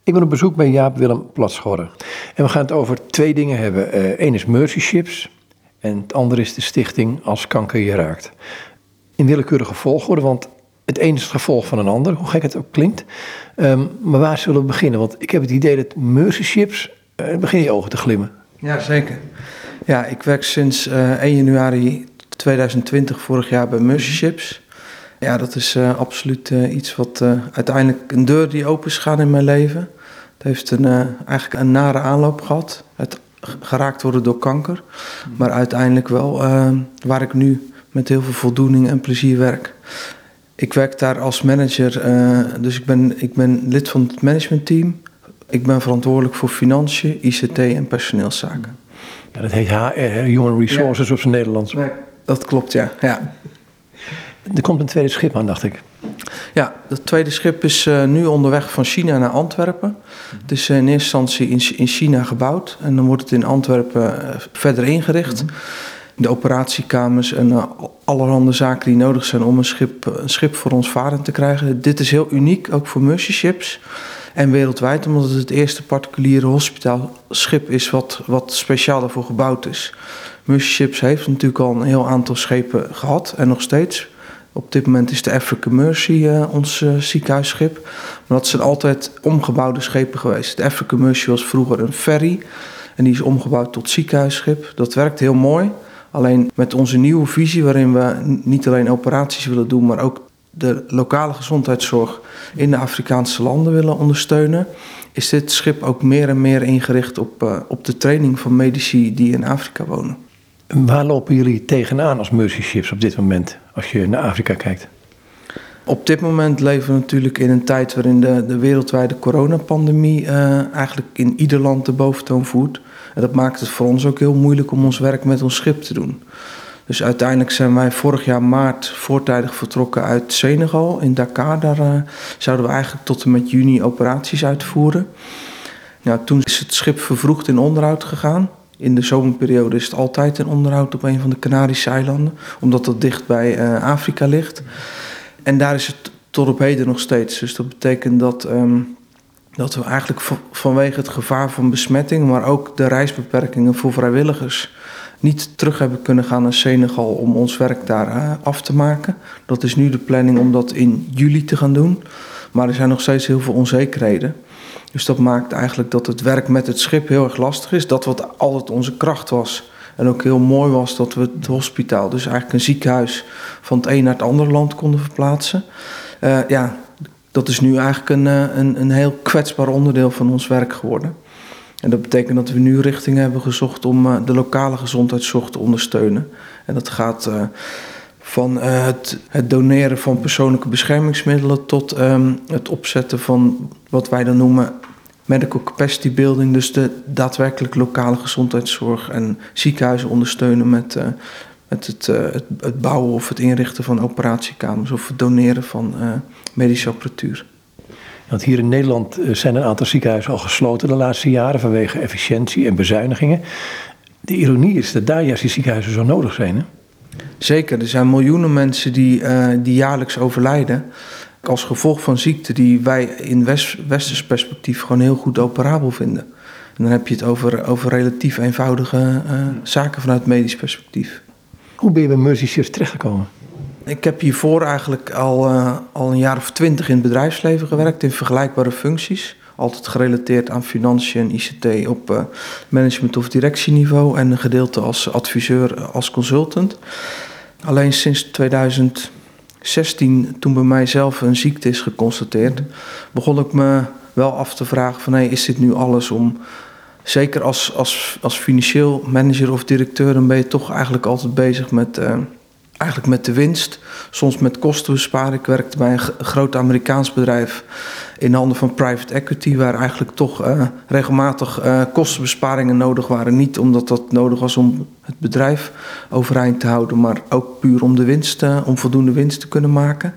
Ik ben op bezoek bij Jaap Willem Platschorre. En we gaan het over twee dingen hebben. Eén is Mercy Ships en het andere is de stichting Als Kanker Je Raakt. In willekeurige volgorde, want het een is het gevolg van een ander, hoe gek het ook klinkt. Maar waar zullen we beginnen? Want ik heb het idee dat Mercy Ships, begin je ogen te glimmen. Ja, zeker. Ja, ik werk sinds 1 januari 2020 vorig jaar bij Mercy Ships. Ja, dat is absoluut iets wat uiteindelijk een deur die open is gegaan in mijn leven. Het heeft eigenlijk een nare aanloop gehad. Het geraakt worden door kanker. Maar uiteindelijk wel waar ik nu met heel veel voldoening en plezier werk. Ik werk daar als manager, dus ik ben lid van het managementteam. Ik ben verantwoordelijk voor financiën, ICT en personeelszaken. Ja, dat heet HR, Human Resources op zijn Nederlands. Nee, dat klopt, ja. Er komt een tweede schip aan, dacht ik. Ja, dat tweede schip is nu onderweg van China naar Antwerpen. Het is in eerste instantie in China gebouwd. En dan wordt het in Antwerpen verder ingericht. De operatiekamers en allerhande zaken die nodig zijn om een schip voor ons varend te krijgen. Dit is heel uniek, ook voor Mercy Ships. En wereldwijd, omdat het eerste particuliere hospitaalschip is wat speciaal daarvoor gebouwd is. Mercy Ships heeft natuurlijk al een heel aantal schepen gehad en nog steeds. Op dit moment is de African Mercy ons ziekenhuisschip. Maar dat zijn altijd omgebouwde schepen geweest. De African Mercy was vroeger een ferry en die is omgebouwd tot ziekenhuisschip. Dat werkt heel mooi. Alleen met onze nieuwe visie waarin we niet alleen operaties willen doen, maar ook de lokale gezondheidszorg in de Afrikaanse landen willen ondersteunen, is dit schip ook meer en meer ingericht op de training van medici die in Afrika wonen. Waar lopen jullie tegenaan als Mercy Ships op dit moment, als je naar Afrika kijkt? Op dit moment leven we natuurlijk in een tijd waarin de wereldwijde coronapandemie eigenlijk in ieder land de boventoon voert. En dat maakt het voor ons ook heel moeilijk om ons werk met ons schip te doen. Dus uiteindelijk zijn wij vorig jaar maart voortijdig vertrokken uit Senegal in Dakar. Daar zouden we eigenlijk tot en met juni operaties uitvoeren. Nou, toen is het schip vervroegd in onderhoud gegaan. In de zomerperiode is het altijd in onderhoud op een van de Canarische eilanden, omdat dat dicht bij Afrika ligt. En daar is het tot op heden nog steeds. Dus dat betekent dat we eigenlijk vanwege het gevaar van besmetting, maar ook de reisbeperkingen voor vrijwilligers, niet terug hebben kunnen gaan naar Senegal om ons werk daar af te maken. Dat is nu de planning om dat in juli te gaan doen. Maar er zijn nog steeds heel veel onzekerheden. Dus dat maakt eigenlijk dat het werk met het schip heel erg lastig is. Dat wat altijd onze kracht was. En ook heel mooi was dat we het hospitaal, dus eigenlijk een ziekenhuis, van het een naar het andere land konden verplaatsen. Dat is nu eigenlijk een heel kwetsbaar onderdeel van ons werk geworden. En dat betekent dat we nu richtingen hebben gezocht om de lokale gezondheidszorg te ondersteunen. En dat gaat van het doneren van persoonlijke beschermingsmiddelen tot het opzetten van wat wij dan noemen medical capacity building. Dus de daadwerkelijk lokale gezondheidszorg en ziekenhuizen ondersteunen met het bouwen of het inrichten van operatiekamers of het doneren van medische apparatuur. Want hier in Nederland zijn een aantal ziekenhuizen al gesloten de laatste jaren vanwege efficiëntie en bezuinigingen. De ironie is dat daar juist die ziekenhuizen zo nodig zijn, hè? Zeker, er zijn miljoenen mensen die jaarlijks overlijden als gevolg van ziekten die wij in westers perspectief gewoon heel goed operabel vinden. En dan heb je het over relatief eenvoudige zaken vanuit medisch perspectief. Hoe ben je bij Mercy Ships terechtgekomen? Ik heb hiervoor eigenlijk al een jaar of 20 in het bedrijfsleven gewerkt in vergelijkbare functies. Altijd gerelateerd aan financiën en ICT op management- of directieniveau en een gedeelte als adviseur, als consultant. Alleen sinds 2016, toen bij mij zelf een ziekte is geconstateerd, begon ik me wel af te vragen van is dit nu alles om... Zeker als financieel manager of directeur, dan ben je toch eigenlijk altijd bezig met de winst. Soms met kostenbesparing. Ik werkte bij een groot Amerikaans bedrijf in handen van private equity, waar eigenlijk toch regelmatig kostenbesparingen nodig waren. Niet omdat dat nodig was om het bedrijf overeind te houden, maar ook puur om om voldoende winst te kunnen maken.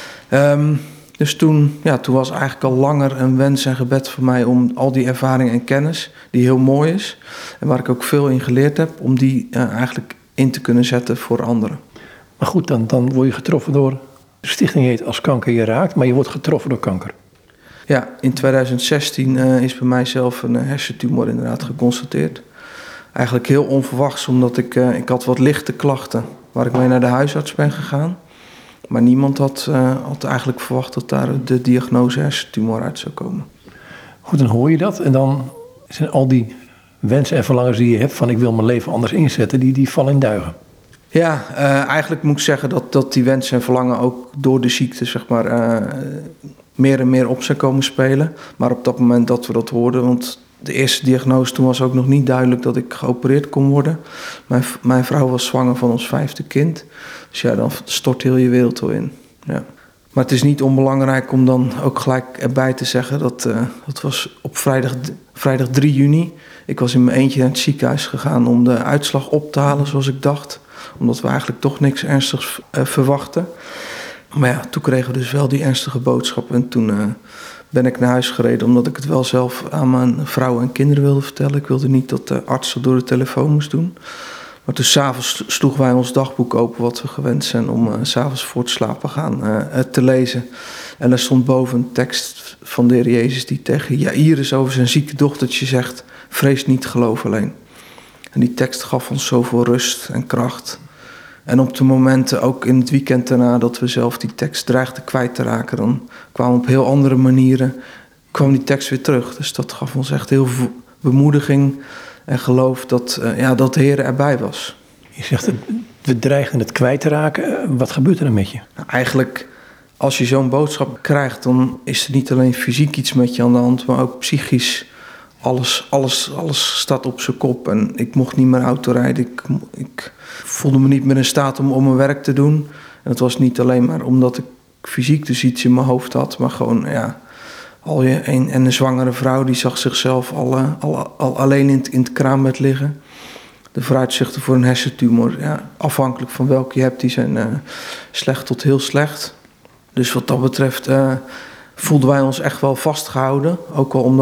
Dus toen was eigenlijk al langer een wens en gebed voor mij om al die ervaring en kennis, die heel mooi is en waar ik ook veel in geleerd heb, om die eigenlijk in te kunnen zetten voor anderen. Maar goed, dan word je getroffen door... De stichting heet Als Kanker Je Raakt, maar je wordt getroffen door kanker. Ja, in 2016 is bij mij zelf een hersentumor inderdaad geconstateerd. Eigenlijk heel onverwachts, omdat ik had wat lichte klachten waar ik mee naar de huisarts ben gegaan. Maar niemand had eigenlijk verwacht dat daar de diagnose hersentumor uit zou komen. Goed, dan hoor je dat en dan zijn al die wensen en verlangens die je hebt van ik wil mijn leven anders inzetten, die vallen in duigen. Ja, eigenlijk moet ik zeggen dat die wensen en verlangen ook door de ziekte zeg maar meer en meer op zijn komen spelen. Maar op dat moment dat we dat hoorden, want de eerste diagnose toen was ook nog niet duidelijk dat ik geopereerd kon worden. Mijn vrouw was zwanger van ons 5e kind. Dus ja, dan stort heel je wereld wel in. Ja. Maar het is niet onbelangrijk om dan ook gelijk erbij te zeggen dat was op vrijdag 3 juni. Ik was in mijn eentje naar het ziekenhuis gegaan om de uitslag op te halen zoals ik dacht. Omdat we eigenlijk toch niks ernstigs verwachten. Maar ja, toen kregen we dus wel die ernstige boodschap. En toen ben ik naar huis gereden omdat ik het wel zelf aan mijn vrouw en kinderen wilde vertellen. Ik wilde niet dat de arts dat door de telefoon moest doen. Maar toen 's avonds sloegen wij ons dagboek open wat we gewend zijn om 's avonds voor het slapen gaan te lezen. En daar stond boven een tekst van de Heer Jezus die tegen Jairus over zijn zieke dochtertje zegt: vrees niet, geloof alleen. En die tekst gaf ons zoveel rust en kracht. En op de momenten, ook in het weekend daarna, dat we zelf die tekst dreigden kwijt te raken, dan kwamen op heel andere manieren kwam die tekst weer terug. Dus dat gaf ons echt heel veel bemoediging en geloof dat de Heer erbij was. Je zegt, we dreigen het kwijt te raken. Wat gebeurt er dan met je? Nou, eigenlijk, als je zo'n boodschap krijgt, dan is er niet alleen fysiek iets met je aan de hand, maar ook psychisch. Alles staat op zijn kop. En ik mocht niet meer autorijden. Ik voelde me niet meer in staat om mijn werk te doen. En het was niet alleen maar omdat ik fysiek dus iets in mijn hoofd had, maar gewoon, en een zwangere vrouw die zag zichzelf al alleen in het kraambed liggen. De vooruitzichten voor een hersentumor, afhankelijk van welke je hebt, die zijn slecht tot heel slecht. Dus wat dat betreft voelden wij ons echt wel vastgehouden. Ook wel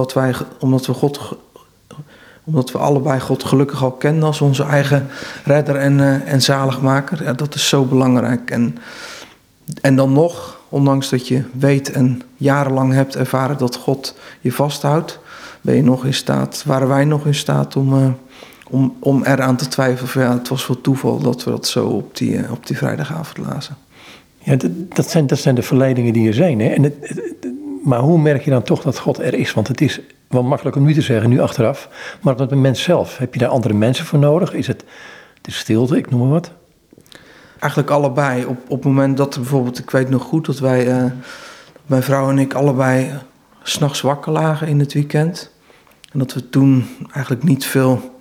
omdat we allebei God gelukkig al kenden als onze eigen redder en zaligmaker. Ja, dat is zo belangrijk. En dan nog, ondanks dat je weet en jarenlang hebt ervaren dat God je vasthoudt, waren wij nog in staat om eraan te twijfelen. Van, het was wel toeval dat we dat zo op die vrijdagavond lazen. Ja, dat zijn de verleidingen die er zijn. Hè? Maar hoe merk je dan toch dat God er is? Want het is wel makkelijk om nu te zeggen, nu achteraf. Maar met een mens zelf, heb je daar andere mensen voor nodig? Is het de stilte, ik noem maar wat? Eigenlijk allebei. Op het moment dat bijvoorbeeld, ik weet nog goed dat mijn vrouw en ik allebei 's nachts wakker lagen in het weekend. En dat we toen eigenlijk niet veel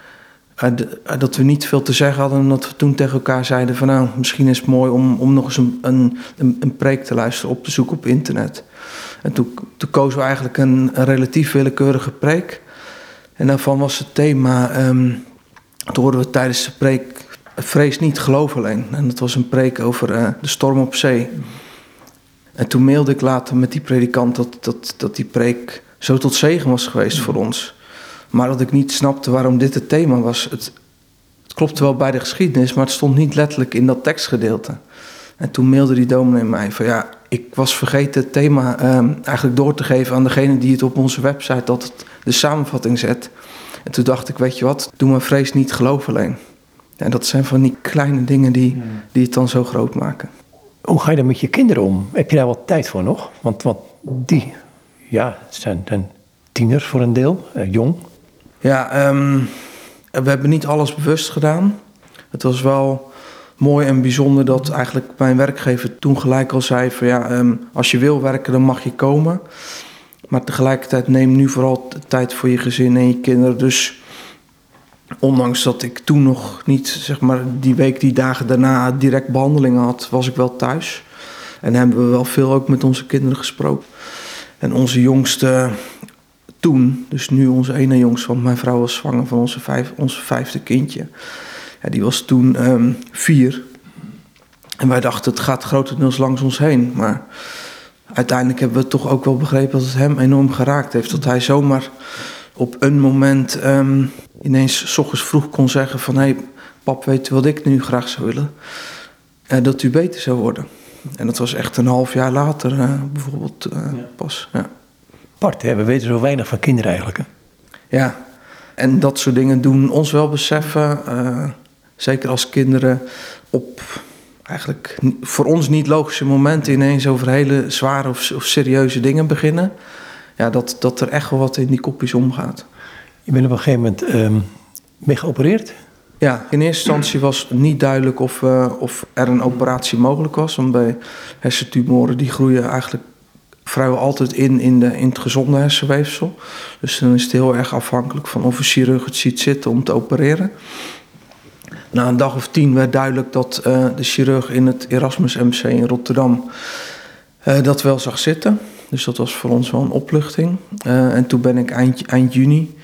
te zeggen hadden. En dat we toen tegen elkaar zeiden van misschien is het mooi om nog eens een preek te luisteren, op te zoeken op internet. En toen kozen we eigenlijk een relatief willekeurige preek. En daarvan was het thema, toen hoorden we tijdens de preek, vrees niet, geloof alleen. En dat was een preek over de storm op zee. En toen mailde ik later met die predikant dat die preek zo tot zegen was geweest voor ons. Maar dat ik niet snapte waarom dit het thema was. Het klopte wel bij de geschiedenis, maar het stond niet letterlijk in dat tekstgedeelte. En toen mailde die dominee mij van ik was vergeten het thema eigenlijk door te geven aan degene die het op onze website altijd de samenvatting zet. En toen dacht ik, weet je wat, doe maar vrees niet, geloof alleen. En dat zijn van die kleine dingen die het dan zo groot maken. Hoe ga je dan met je kinderen om? Heb je daar wat tijd voor nog? Want die zijn tieners voor een deel, jong. Ja, we hebben niet alles bewust gedaan. Het was wel mooi en bijzonder dat eigenlijk mijn werkgever toen gelijk al zei van als je wil werken dan mag je komen. Maar tegelijkertijd neem nu vooral de tijd voor je gezin en je kinderen. Dus ondanks dat ik toen nog niet, zeg maar, die dagen daarna direct behandelingen had, was ik wel thuis. En hebben we wel veel ook met onze kinderen gesproken. En onze jongste toen, dus nu onze ene jongste, want mijn vrouw was zwanger van onze 5e kindje. Ja, die was toen 4. En wij dachten, het gaat grotendeels langs ons heen. Maar uiteindelijk hebben we toch ook wel begrepen dat het hem enorm geraakt heeft. Dat hij zomaar op een moment ineens 's ochtends vroeg kon zeggen van, hey, pap, weet u wat ik nu graag zou willen? Dat u beter zou worden. En dat was echt een half jaar later bijvoorbeeld pas. Ja. Apart, hè? We weten zo weinig van kinderen eigenlijk. Hè? Ja, en dat soort dingen doen ons wel beseffen, zeker als kinderen op eigenlijk voor ons niet logische momenten ineens over hele zware of serieuze dingen beginnen. Ja, dat er echt wel wat in die kopjes omgaat. Je bent op een gegeven moment mee geopereerd? Ja, in eerste instantie was niet duidelijk of er een operatie mogelijk was. Want bij hersentumoren die groeien eigenlijk vrijwel altijd in het gezonde hersenweefsel. Dus dan is het heel erg afhankelijk van of een chirurg het ziet zitten om te opereren. Na een dag of 10 werd duidelijk dat de chirurg in het Erasmus MC in Rotterdam dat wel zag zitten. Dus dat was voor ons wel een opluchting. En toen ben ik eind juni,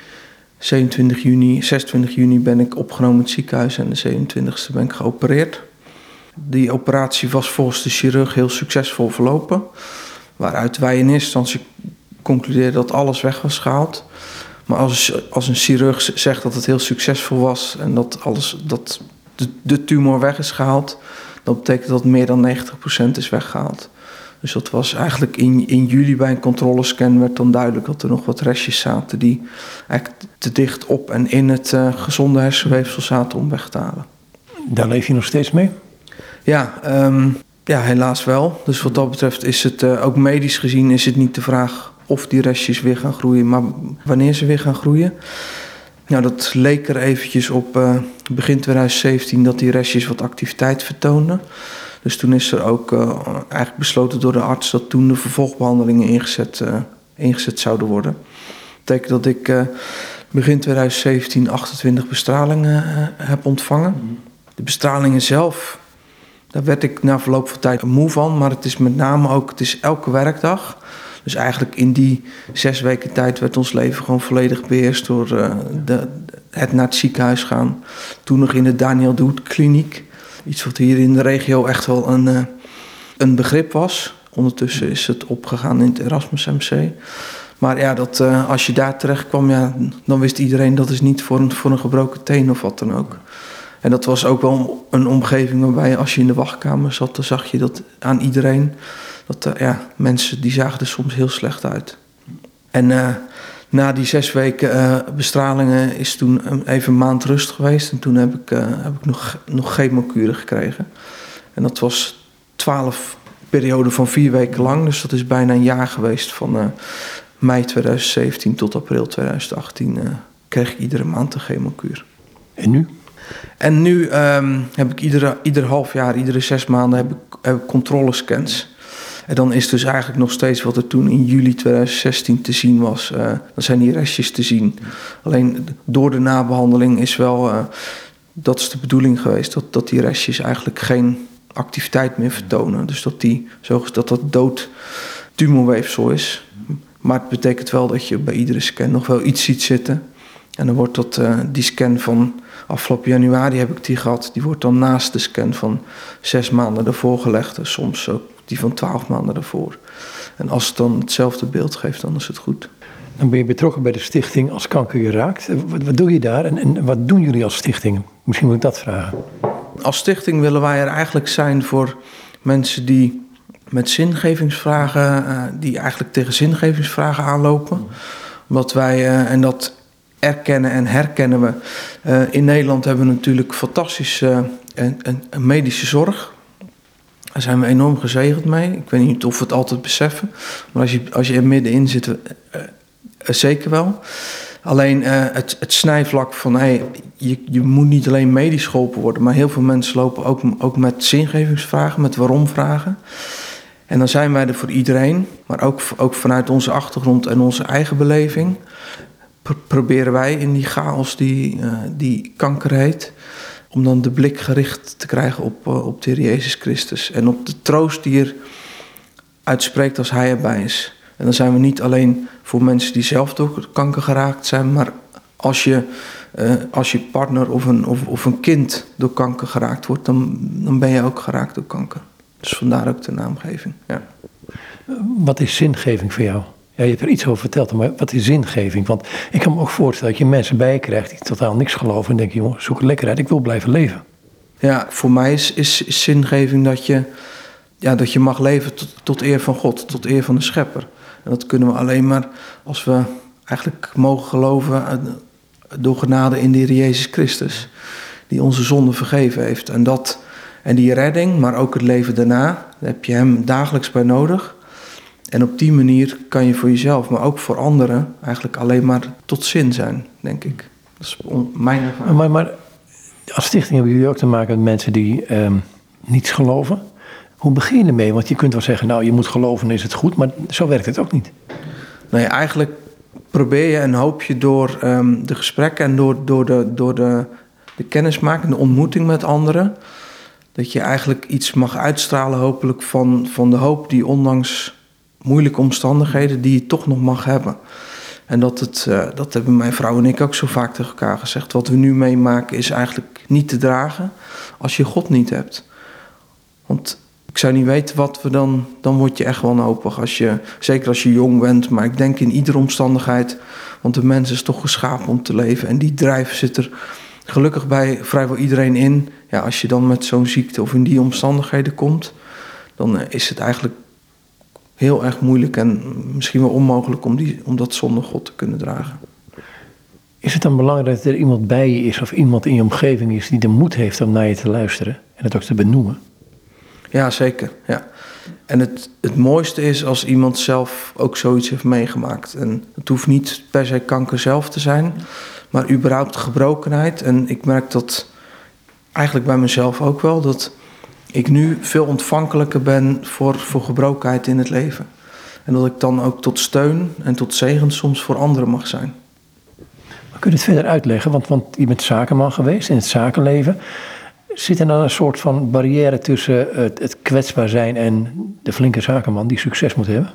26 juni ben ik opgenomen in het ziekenhuis en de 27e ben ik geopereerd. Die operatie was volgens de chirurg heel succesvol verlopen. Waaruit wij in eerste instantie concludeerden dat alles weg was gehaald. Maar als een chirurg zegt dat het heel succesvol was en dat de tumor weg is gehaald, dan betekent dat meer dan 90% is weggehaald. Dus dat was eigenlijk in juli bij een controlescan werd dan duidelijk dat er nog wat restjes zaten die eigenlijk te dicht op en in het gezonde hersenweefsel zaten om weg te halen. Daar leef je nog steeds mee? Ja, helaas wel. Dus wat dat betreft is het ook medisch gezien is het niet de vraag of die restjes weer gaan groeien, maar wanneer ze weer gaan groeien. Nou, dat leek er eventjes op begin 2017 dat die restjes wat activiteit vertoonden. Dus toen is er ook eigenlijk besloten door de arts dat toen de vervolgbehandelingen ingezet zouden worden. Dat betekent dat ik begin 2017 28 bestralingen heb ontvangen. De bestralingen zelf, daar werd ik na verloop van tijd moe van, maar het is met name ook, het is elke werkdag. Dus eigenlijk in die 6 weken tijd werd ons leven gewoon volledig beheerst door het naar het ziekenhuis gaan. Toen nog in de Daniel de Hoed kliniek. Iets wat hier in de regio echt wel een begrip was. Ondertussen is het opgegaan in het Erasmus MC. Maar ja, als je daar terecht kwam, ja, dan wist iedereen dat is niet voor een gebroken teen of wat dan ook. En dat was ook wel een omgeving waarbij als je in de wachtkamer zat, dan zag je dat aan iedereen. Mensen die zagen er soms heel slecht uit. En na die 6 weken bestralingen is toen even een maand rust geweest. En toen heb ik nog chemokuren gekregen. En dat was 12 perioden van 4 weken lang. Dus dat is bijna een jaar geweest. Van mei 2017 tot april 2018 kreeg ik iedere maand een chemokuur. En nu? En nu heb ik ieder half jaar, iedere 6 maanden heb ik controlescans. En dan is dus eigenlijk nog steeds wat er toen in juli 2016 te zien was. Dan zijn die restjes te zien. Alleen door de nabehandeling is wel, dat is de bedoeling geweest, dat die restjes eigenlijk geen activiteit meer vertonen. Dus dat dood tumorweefsel is. Maar het betekent wel dat je bij iedere scan nog wel iets ziet zitten. En dan wordt die scan van afgelopen januari heb ik die gehad. Die wordt dan naast de scan van 6 maanden daarvoor gelegd. En soms ook die van 12 maanden daarvoor. En als het dan hetzelfde beeld geeft, dan is het goed. Dan ben je betrokken bij de stichting Als Kanker Je Raakt. Wat doe je daar en wat doen jullie als stichting? Misschien moet ik dat vragen. Als stichting willen wij er eigenlijk zijn voor mensen die met zingevingsvragen, die eigenlijk tegen zingevingsvragen aanlopen. Omdat wij, en dat erkennen en herkennen we. In Nederland hebben we natuurlijk fantastische medische zorg. Daar zijn we enorm gezegend mee. Ik weet niet of we het altijd beseffen. Maar als je er middenin zit, zeker wel. Alleen het snijvlak van je moet niet alleen medisch geholpen worden. Maar heel veel mensen lopen ook met zingevingsvragen, met waarom-vragen. En dan zijn wij er voor iedereen. Maar ook vanuit onze achtergrond en onze eigen beleving proberen wij in die chaos die kanker heet, om dan de blik gericht te krijgen op de Heer Jezus Christus. En op de troost die er uitspreekt als Hij erbij is. En dan zijn we niet alleen voor mensen die zelf door kanker geraakt zijn, maar als je partner of een kind door kanker geraakt wordt, dan ben je ook geraakt door kanker. Dus vandaar ook de naamgeving. Ja. Wat is zingeving voor jou? Ja, je hebt er iets over verteld, maar wat is zingeving? Want ik kan me ook voorstellen dat je mensen bij je krijgt die totaal niks geloven en denken, jongen, zoek het lekker uit, ik wil blijven leven. Ja, voor mij is zingeving dat je mag leven tot eer van God, tot eer van de Schepper. En dat kunnen we alleen maar als we eigenlijk mogen geloven door genade in de Heer Jezus Christus, die onze zonde vergeven heeft. En die redding, maar ook het leven daarna, daar heb je hem dagelijks bij nodig. En op die manier kan je voor jezelf, maar ook voor anderen, eigenlijk alleen maar tot zin zijn, denk ik. Dat is mijn ervaring. Maar als stichting hebben jullie ook te maken met mensen die niets geloven. Hoe begin je ermee? Want je kunt wel zeggen, nou, je moet geloven, is het goed. Maar zo werkt het ook niet. Nee, eigenlijk probeer je en hoop je door de gesprekken en door de kennismaking, de ontmoeting met anderen, dat je eigenlijk iets mag uitstralen, hopelijk, van de hoop die ondanks moeilijke omstandigheden, die je toch nog mag hebben. En dat hebben mijn vrouw en ik ook zo vaak tegen elkaar gezegd. Wat we nu meemaken is eigenlijk niet te dragen als je God niet hebt. Want ik zou niet weten wat we dan word je echt wanhopig. Zeker als je jong bent, maar ik denk in iedere omstandigheid. Want de mens is toch geschapen om te leven. En die drijf zit er gelukkig bij vrijwel iedereen in. Ja, als je dan met zo'n ziekte of in die omstandigheden komt, dan is het eigenlijk heel erg moeilijk en misschien wel onmogelijk om dat zonder God te kunnen dragen. Is het dan belangrijk dat er iemand bij je is of iemand in je omgeving is die de moed heeft om naar je te luisteren en het ook te benoemen? Ja, zeker. Ja. En het mooiste is als iemand zelf ook zoiets heeft meegemaakt. En het hoeft niet per se kanker zelf te zijn, maar überhaupt gebrokenheid. En ik merk dat eigenlijk bij mezelf ook wel, dat ik nu veel ontvankelijker ben voor gebrokenheid in het leven. En dat ik dan ook tot steun en tot zegen soms voor anderen mag zijn. Maar kun je het verder uitleggen? Want je bent zakenman geweest in het zakenleven. Zit er dan een soort van barrière tussen het kwetsbaar zijn en de flinke zakenman die succes moet hebben?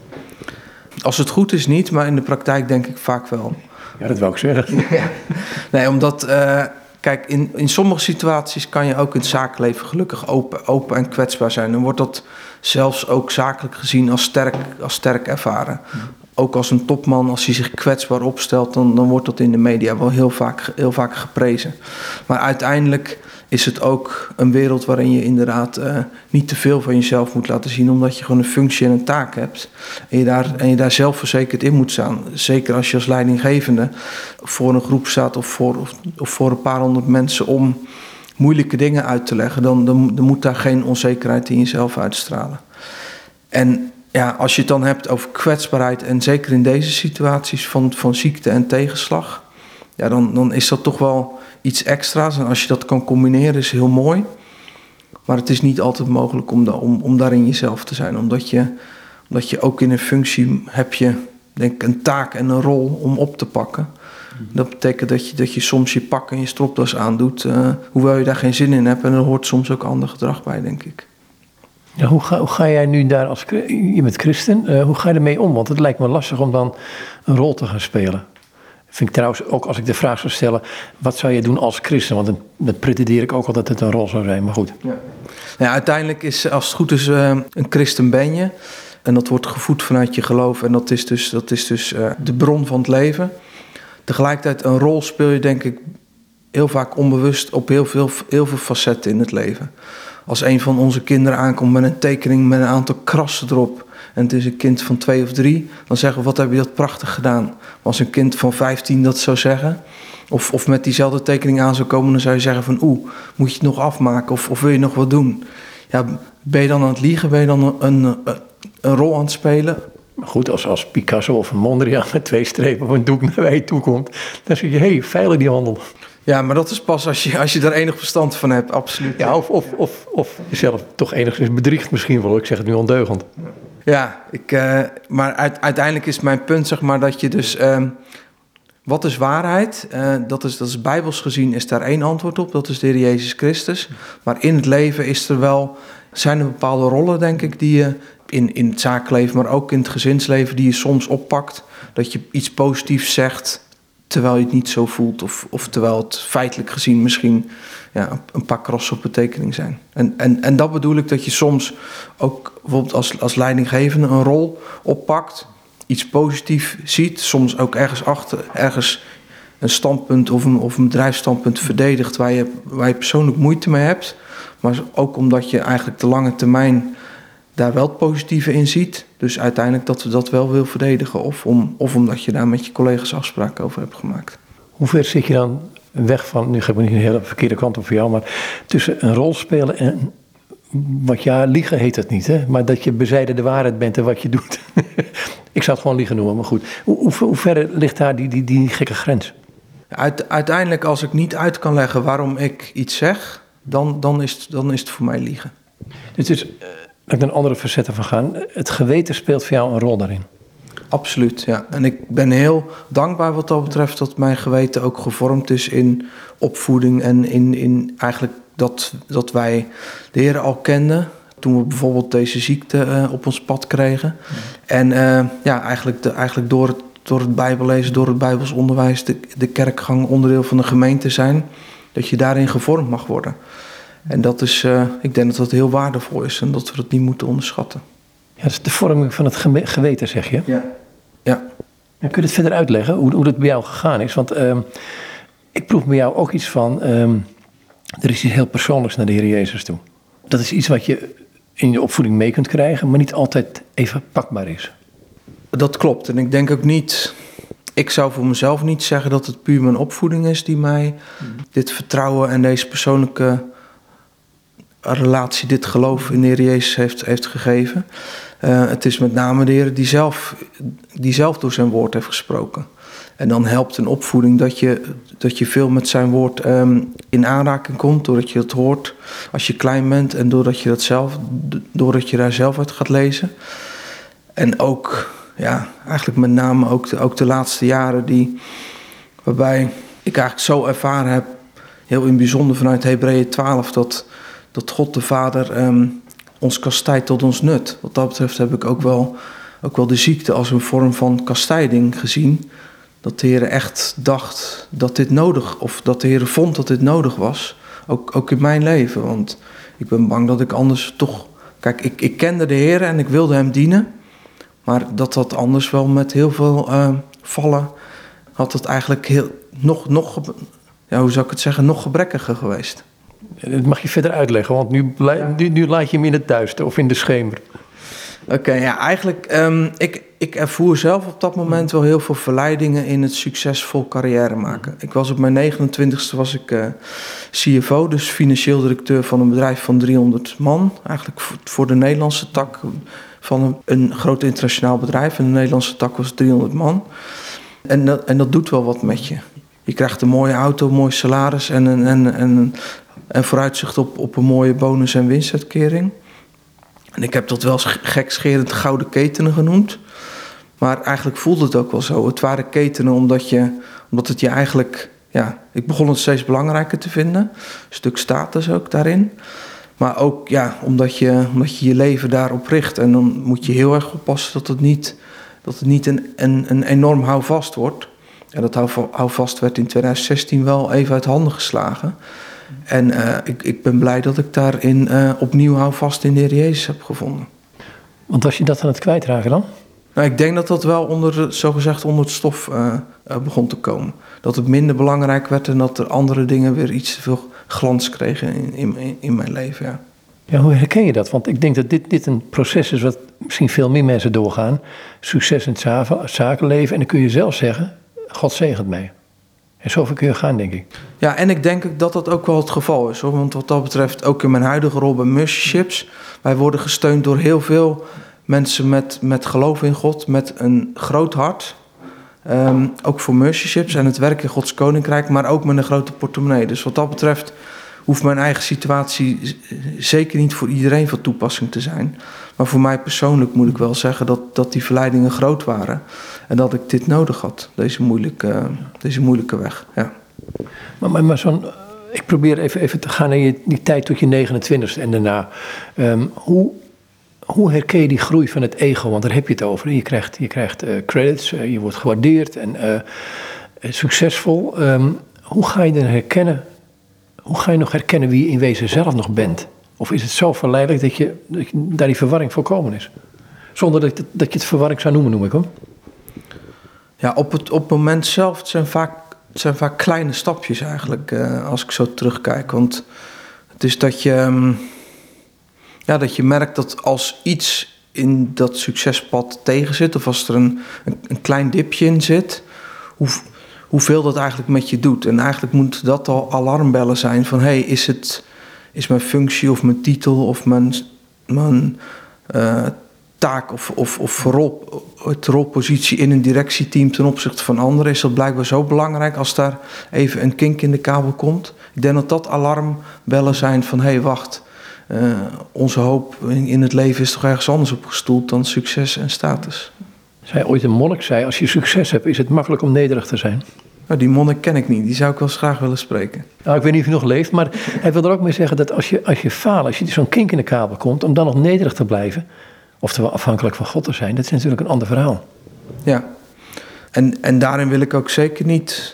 Als het goed is niet, maar in de praktijk denk ik vaak wel. Ja, dat wou ik zeggen. Ja. Nee, omdat, kijk, in sommige situaties kan je ook in het zakenleven gelukkig open en kwetsbaar zijn. Dan wordt dat zelfs ook zakelijk gezien als sterk ervaren. Ook als een topman, als hij zich kwetsbaar opstelt, dan wordt dat in de media wel heel vaak geprezen. Maar uiteindelijk is het ook een wereld waarin je inderdaad niet te veel van jezelf moet laten zien, omdat je gewoon een functie en een taak hebt. En je daar zelfverzekerd in moet staan. Zeker als je als leidinggevende voor een groep staat of voor een paar honderd mensen om moeilijke dingen uit te leggen, dan moet daar geen onzekerheid in jezelf uitstralen. En ja, als je het dan hebt over kwetsbaarheid en zeker in deze situaties van ziekte en tegenslag, ja, dan is dat toch wel iets extra's. En als je dat kan combineren is heel mooi. Maar het is niet altijd mogelijk om daarin jezelf te zijn. Omdat je ook in een functie heb je, denk ik, een taak en een rol om op te pakken. Dat betekent dat je soms je pak en je stropdas aandoet, hoewel je daar geen zin in hebt. En er hoort soms ook ander gedrag bij, denk ik. Ja, hoe ga jij nu daar je bent christen, hoe ga je ermee om? Want het lijkt me lastig om dan een rol te gaan spelen. Vind ik trouwens ook als ik de vraag zou stellen, wat zou je doen als christen? Want dan pretendeer ik ook al dat het een rol zou zijn, maar goed. Ja. Ja, uiteindelijk is, als het goed is, een christen ben je. En dat wordt gevoed vanuit je geloof en dat is dus de bron van het leven. Tegelijkertijd een rol speel je denk ik heel vaak onbewust op heel veel facetten in het leven. Als een van onze kinderen aankomt met een tekening met een aantal krassen erop en het is een kind van 2 of 3, dan zeggen we, wat heb je dat prachtig gedaan. Maar als een kind van 15 dat zou zeggen, of met diezelfde tekening aan zou komen, dan zou je zeggen van, moet je het nog afmaken of wil je nog wat doen? Ja, ben je dan aan het liegen? Ben je dan een rol aan het spelen? Goed, als Picasso of een Mondriaan met 2 strepen op een doek naar je toe komt, dan zeg je, veilig die handel. Ja, maar dat is pas als je er enig verstand van hebt, absoluut. Ja, of jezelf toch enigszins bedriegt misschien wel. Ik zeg het nu ondeugend. Ja, maar uiteindelijk is mijn punt, zeg maar, dat je dus... wat is waarheid? Dat is bijbels gezien, is daar 1 antwoord op. Dat is de Heer Jezus Christus. Maar in het leven zijn er bepaalde rollen, denk ik, die je in het zakenleven, maar ook in het gezinsleven, die je soms oppakt. Dat je iets positiefs zegt, terwijl je het niet zo voelt. Of terwijl het feitelijk gezien misschien een paar krassen op betekening zijn. En dat bedoel ik, dat je soms ook bijvoorbeeld als leidinggevende een rol oppakt, iets positiefs ziet, soms ook ergens een standpunt of een bedrijfsstandpunt verdedigt waar je persoonlijk moeite mee hebt. Maar ook omdat je eigenlijk de lange termijn daar wel het positieve in ziet. Dus uiteindelijk dat we dat wel wil verdedigen. Of omdat je daar met je collega's afspraken over hebt gemaakt. Hoe ver zit je dan weg van, nu ga ik niet een hele verkeerde kant op voor jou, maar tussen een rol spelen en liegen heet het niet, hè? Maar dat je bezijden de waarheid bent en wat je doet. Ik zou het gewoon liegen noemen, maar goed. Hoe ver ligt daar die gekke grens? Uiteindelijk, als ik niet uit kan leggen waarom ik iets zeg, dan is het voor mij liegen. Dus laat ik een andere facetten van gaan. Het geweten speelt voor jou een rol daarin? Absoluut, ja. En ik ben heel dankbaar wat dat betreft dat mijn geweten ook gevormd is in opvoeding en in eigenlijk dat wij de Heer al kenden toen we bijvoorbeeld deze ziekte op ons pad kregen. En eigenlijk door het Bijbellezen, door het Bijbels onderwijs, de kerkgang onderdeel van de gemeente zijn, dat je daarin gevormd mag worden. En dat is, ik denk dat dat heel waardevol is en dat we dat niet moeten onderschatten. Ja, dat is de vorming van het geweten, zeg je? Ja. Kun je het verder uitleggen, hoe dat bij jou gegaan is? Want ik proef bij jou ook iets van, er is iets heel persoonlijks naar de Heer Jezus toe. Dat is iets wat je in je opvoeding mee kunt krijgen, maar niet altijd even pakbaar is. Dat klopt. En ik denk ook niet, ik zou voor mezelf niet zeggen dat het puur mijn opvoeding is die mij dit vertrouwen en deze persoonlijke relatie, dit geloof in de Heer Jezus heeft gegeven. Het is met name de Heer die zelf door zijn woord heeft gesproken. En dan helpt een opvoeding dat je veel met zijn woord in aanraking komt, doordat je het hoort als je klein bent en doordat je daar zelf uit gaat lezen. En ook, ja, eigenlijk met name ook de laatste jaren waarbij ik eigenlijk zo ervaren heb, heel in het bijzonder vanuit Hebreeën 12, dat God de Vader ons kastijdt tot ons nut. Wat dat betreft heb ik ook wel de ziekte als een vorm van kastijding gezien. Dat de Heer echt dacht dat dit nodig, of dat de Heer vond dat dit nodig was. Ook in mijn leven, want ik ben bang dat ik anders toch... Kijk, ik kende de Heer en ik wilde hem dienen. Maar dat anders wel met heel veel vallen had het eigenlijk hoe zou ik het zeggen, nog gebrekkiger geweest. Dat mag je verder uitleggen, want nu laat je hem in het duister of in de schemer. Oké, ja, eigenlijk, ik ervoer zelf op dat moment wel heel veel verleidingen in het succesvol carrière maken. Ik was op mijn 29e was ik CFO, dus financieel directeur van een bedrijf van 300 man. Eigenlijk voor de Nederlandse tak van een groot internationaal bedrijf. En de Nederlandse tak was 300 man. En dat doet wel wat met je. Je krijgt een mooie auto, een mooi salaris en vooruitzicht op een mooie bonus- en winstuitkering. En ik heb dat wel gekscherend gouden ketenen genoemd. Maar eigenlijk voelde het ook wel zo. Het waren ketenen omdat het je eigenlijk... Ja, ik begon het steeds belangrijker te vinden. Een stuk status ook daarin. Maar ook omdat je je leven daarop richt. En dan moet je heel erg oppassen dat het niet een enorm houvast wordt. En dat houvast werd in 2016 wel even uit handen geslagen. En ik ben blij dat ik daarin opnieuw houvast in de Heer Jezus heb gevonden. Want was je dat aan het kwijtraken dan? Nou, ik denk dat dat wel zogezegd onder het stof begon te komen. Dat het minder belangrijk werd en dat er andere dingen weer iets te veel glans kregen in mijn leven, ja. Ja, hoe herken je dat? Want ik denk dat dit een proces is wat misschien veel meer mensen doorgaan. Succes in het zakenleven. En dan kun je zelf zeggen, God zegent mij. En zover kun je gaan, denk ik. Ja, en ik denk dat dat ook wel het geval is, hoor. Want wat dat betreft, ook in mijn huidige rol bij Mercy, wij worden gesteund door heel veel mensen met geloof in God, met een groot hart. Ook voor Mercy en het werk in Gods Koninkrijk, maar ook met een grote portemonnee. Dus wat dat betreft hoeft mijn eigen situatie zeker niet voor iedereen van toepassing te zijn. Maar voor mij persoonlijk moet ik wel zeggen dat die verleidingen groot waren. En dat ik dit nodig had, deze moeilijke weg. Ja. Maar ik probeer even te gaan naar die tijd tot je 29e en daarna. Hoe herken je die groei van het ego? Want daar heb je het over. Je krijgt credits, je wordt gewaardeerd en succesvol. Hoe ga je dan herkennen? Hoe ga je nog herkennen wie je in wezen zelf nog bent? Of is het zo verleidelijk dat je daar die verwarring voorkomen is? Zonder dat je het verwarring zou noem ik hoor. Ja, op het moment zelf, het zijn vaak kleine stapjes eigenlijk, als ik zo terugkijk. Want het is dat je... Ja, dat je merkt dat als iets in dat succespad tegen zit, of als er een klein dipje in zit, hoeveel dat eigenlijk met je doet. En eigenlijk moet dat al alarmbellen zijn van, is mijn functie of mijn titel of mijn taak of rolpositie in een directieteam ten opzichte van anderen, is dat blijkbaar zo belangrijk als daar even een kink in de kabel komt. Ik denk dat alarmbellen zijn van, wacht, onze hoop in het leven is toch ergens anders op gestoeld dan succes en status. Zei ooit een monnik, als je succes hebt, is het makkelijk om nederig te zijn. Nou, die monnik ken ik niet, die zou ik wel eens graag willen spreken. Nou, ik weet niet of hij nog leeft, maar hij wil er ook mee zeggen dat als je faalt, als je zo'n kink in de kabel komt, om dan nog nederig te blijven, oftewel afhankelijk van God te zijn, dat is natuurlijk een ander verhaal. Ja, en daarin wil ik ook zeker niet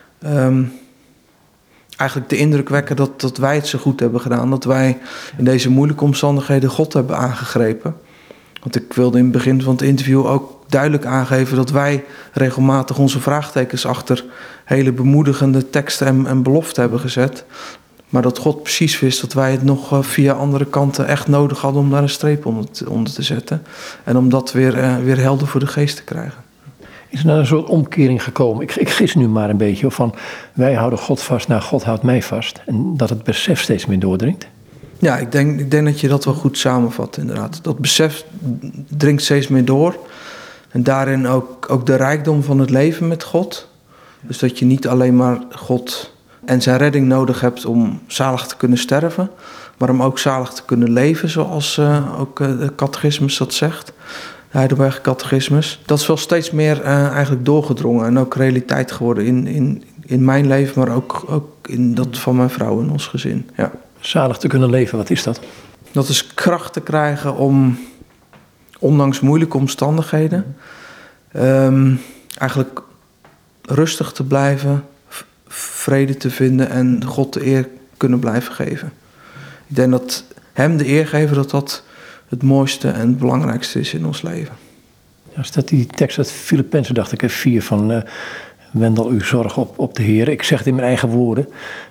eigenlijk de indruk wekken dat wij het zo goed hebben gedaan, dat wij in deze moeilijke omstandigheden God hebben aangegrepen. Want ik wilde in het begin van het interview ook duidelijk aangeven dat wij regelmatig onze vraagtekens achter hele bemoedigende teksten en beloften hebben gezet. Maar dat God precies wist dat wij het nog via andere kanten echt nodig hadden om daar een streep onder te zetten. En om dat weer helder voor de geest te krijgen. Is er nou een soort omkering gekomen? Ik gis nu maar een beetje van wij houden God vast, nou God houdt mij vast. En dat het besef steeds meer doordringt. Ja, ik denk dat je dat wel goed samenvat inderdaad. Dat besef dringt steeds meer door. En daarin ook de rijkdom van het leven met God. Dus dat je niet alleen maar God en zijn redding nodig hebt om zalig te kunnen sterven, maar om ook zalig te kunnen leven, zoals ook de catechismus dat zegt. De Heidelberger catechismus. Dat is wel steeds meer eigenlijk doorgedrongen en ook realiteit geworden in mijn leven, maar ook in dat van mijn vrouw en ons gezin. Ja. Zalig te kunnen leven, wat is dat? Dat is kracht te krijgen om, ondanks moeilijke omstandigheden, eigenlijk rustig te blijven, vrede te vinden en God de eer kunnen blijven geven. Ik denk dat hem de eer geven, dat het mooiste en het belangrijkste is in ons leven. Ja, staat die tekst uit Filippenzen, dacht ik, 4 van wendel uw zorg op de Heer. Ik zeg het in mijn eigen woorden.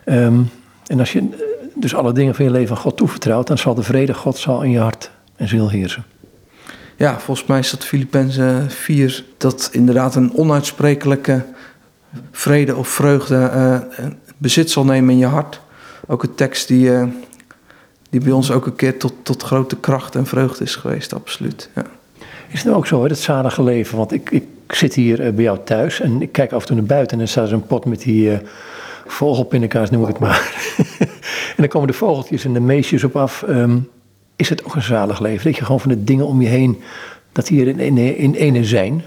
En als je dus alle dingen van je leven aan God toevertrouwt, dan zal de vrede God zal in je hart en ziel heersen. Ja, volgens mij is dat Filippenzen 4, dat inderdaad een onuitsprekelijke vrede of vreugde bezit zal nemen in je hart. Ook een tekst die bij ons ook een keer tot grote kracht en vreugde is geweest, absoluut. Ja. Is het nou ook zo, hè, dat zalige leven? Want ik zit hier bij jou thuis en ik kijk af en toe naar buiten en dan staat er zo'n pot met die vogelpindakaas, noem ik het maar. En dan komen de vogeltjes en de meisjes op af. Is het ook een zalig leven? Dat je gewoon van de dingen om je heen, dat die er in ene zijn?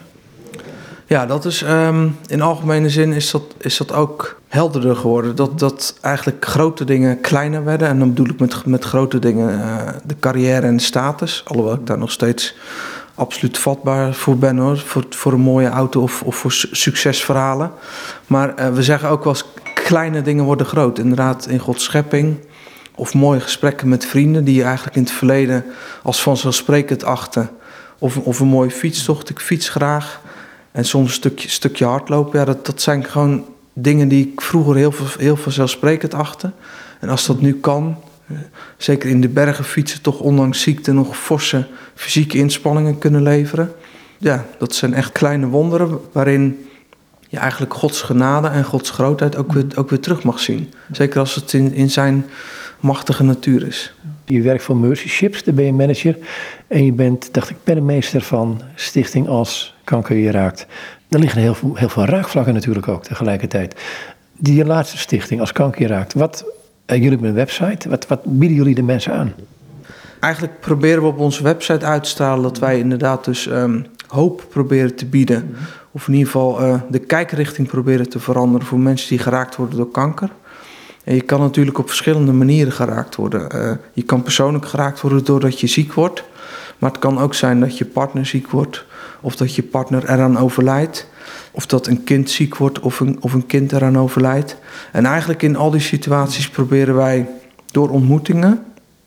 Ja, dat is in algemene zin is dat ook helderder geworden. Dat eigenlijk grote dingen kleiner werden. En dan bedoel ik met grote dingen de carrière en de status. Alhoewel ik daar nog steeds absoluut vatbaar voor ben hoor. Voor een mooie auto of voor succesverhalen. Maar we zeggen ook wel eens kleine dingen worden groot. Inderdaad in Gods schepping. Of mooie gesprekken met vrienden die je eigenlijk in het verleden als vanzelfsprekend achten. Of een mooie fietstocht. Ik fiets graag. En soms een stukje hardlopen. Ja, dat zijn gewoon dingen die ik vroeger heel vanzelfsprekend achtte. En als dat nu kan, zeker in de bergen fietsen, toch ondanks ziekte nog forse fysieke inspanningen kunnen leveren. Ja, dat zijn echt kleine wonderen waarin je eigenlijk Gods genade en Gods grootheid ook weer terug mag zien. Zeker als het in zijn machtige natuur is. Je werkt voor Mercy Ships, daar ben je manager. En je bent, dacht ik, pennenmeester van Stichting Als Kanker je raakt. Er liggen heel veel raakvlakken natuurlijk ook tegelijkertijd. Die laatste stichting Als Kanker je raakt. Jullie hebben een website. Wat bieden jullie de mensen aan? Eigenlijk proberen we op onze website uit te stralen dat wij inderdaad dus hoop proberen te bieden. Of in ieder geval de kijkrichting proberen te veranderen voor mensen die geraakt worden door kanker. En je kan natuurlijk op verschillende manieren geraakt worden. Je kan persoonlijk geraakt worden doordat je ziek wordt. Maar het kan ook zijn dat je partner ziek wordt. Of dat je partner eraan overlijdt. Of dat een kind ziek wordt of een kind eraan overlijdt. En eigenlijk in al die situaties proberen wij door ontmoetingen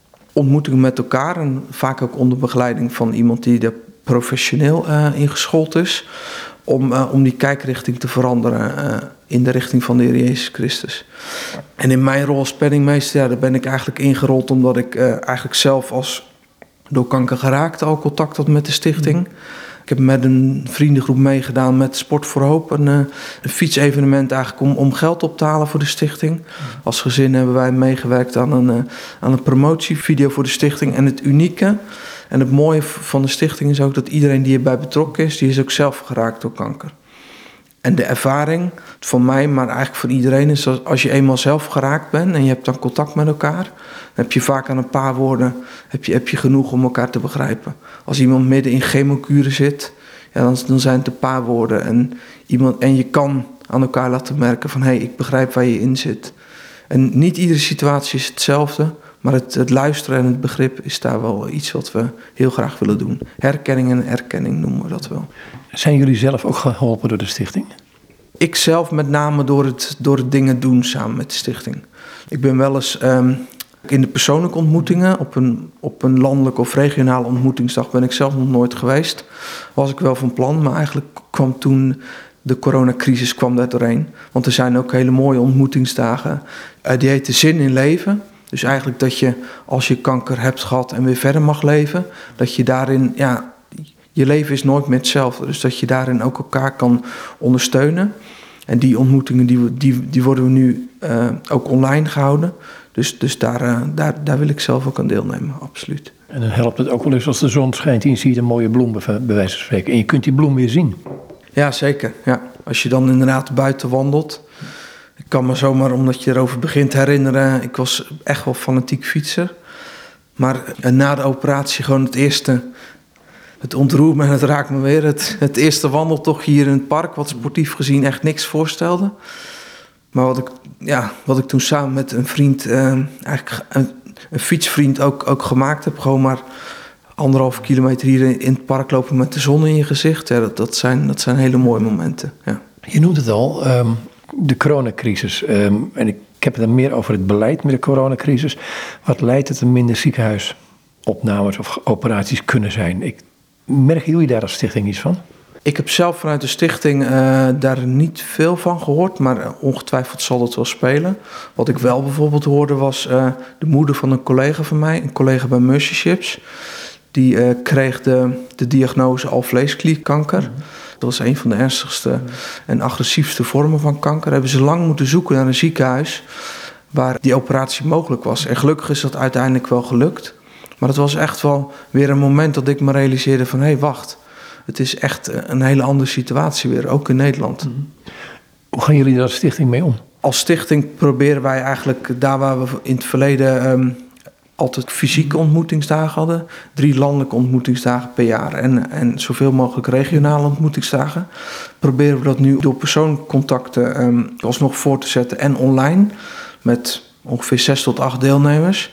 met elkaar. En vaak ook onder begeleiding van iemand die er professioneel in geschoold is. om die kijkrichting te veranderen in de richting van de Heer Jezus Christus. En in mijn rol als penningmeester, daar ben ik eigenlijk ingerold omdat ik eigenlijk zelf als door kanker geraakt al contact had met de stichting. Ik heb met een vriendengroep meegedaan met Sport voor Hoop. Een fietsevenement eigenlijk om geld op te halen voor de stichting. Als gezin hebben wij meegewerkt aan een promotievideo voor de stichting. En het unieke en het mooie van de stichting is ook dat iedereen die erbij betrokken is, die is ook zelf geraakt door kanker. En de ervaring van mij, maar eigenlijk van iedereen, is dat als je eenmaal zelf geraakt bent en je hebt dan contact met elkaar, dan heb je vaak aan een paar woorden heb je genoeg om elkaar te begrijpen. Als iemand midden in chemokuren zit, ja, dan zijn het een paar woorden. En je kan aan elkaar laten merken van, hé, ik begrijp waar je in zit. En niet iedere situatie is hetzelfde, maar het luisteren en het begrip is daar wel iets wat we heel graag willen doen. Herkenning en erkenning noemen we dat wel. Zijn jullie zelf ook geholpen door de stichting? Ik zelf met name door het dingen doen samen met de stichting. Ik ben wel eens in de persoonlijke ontmoetingen, op een landelijke of regionale ontmoetingsdag ben ik zelf nog nooit geweest. Was ik wel van plan, maar eigenlijk kwam toen de coronacrisis daar doorheen. Want er zijn ook hele mooie ontmoetingsdagen. Die heten Zin in Leven. Dus eigenlijk dat je, als je kanker hebt gehad en weer verder mag leven, dat je daarin, ja, je leven is nooit meer hetzelfde. Dus dat je daarin ook elkaar kan ondersteunen. En die ontmoetingen die worden we nu ook online gehouden. Dus daar wil ik zelf ook aan deelnemen, absoluut. En dan helpt het ook wel eens als de zon schijnt en je ziet een mooie bloem bij wijze van spreken. En je kunt die bloem weer zien. Ja, zeker. Ja. Als je dan inderdaad buiten wandelt. Ik kan me zomaar, omdat je erover begint, herinneren. Ik was echt wel fanatiek fietser. Maar na de operatie gewoon het ontroert me en het raakt me weer. Het eerste wandeltochtje hier in het park, wat sportief gezien echt niks voorstelde. Maar wat ik toen samen met een vriend, eigenlijk een fietsvriend ook gemaakt heb. Gewoon maar 1,5 kilometer hier in het park lopen met de zon in je gezicht. Ja, dat zijn hele mooie momenten. Ja. Je noemt het al, de coronacrisis. En ik heb het dan meer over het beleid met de coronacrisis. Wat leidt het er minder ziekenhuisopnames of operaties kunnen zijn? Merken jullie daar als stichting iets van? Ik heb zelf vanuit de stichting daar niet veel van gehoord, maar ongetwijfeld zal dat wel spelen. Wat ik wel bijvoorbeeld hoorde was de moeder van een collega van mij, een collega bij Mercy Ships. Die kreeg de diagnose alvleesklierkanker. Dat was een van de ernstigste en agressiefste vormen van kanker. Hebben ze lang moeten zoeken naar een ziekenhuis waar die operatie mogelijk was. En gelukkig is dat uiteindelijk wel gelukt. Maar het was echt wel weer een moment dat ik me realiseerde van, hé, wacht. Het is echt een hele andere situatie weer, ook in Nederland. Hoe gaan jullie daar als stichting mee om? Als stichting proberen wij eigenlijk, daar waar we in het verleden altijd fysieke ontmoetingsdagen hadden, 3 landelijke ontmoetingsdagen per jaar en zoveel mogelijk regionale ontmoetingsdagen, proberen we dat nu door persoonlijke contacten alsnog voor te zetten en online met ongeveer 6 tot 8 deelnemers.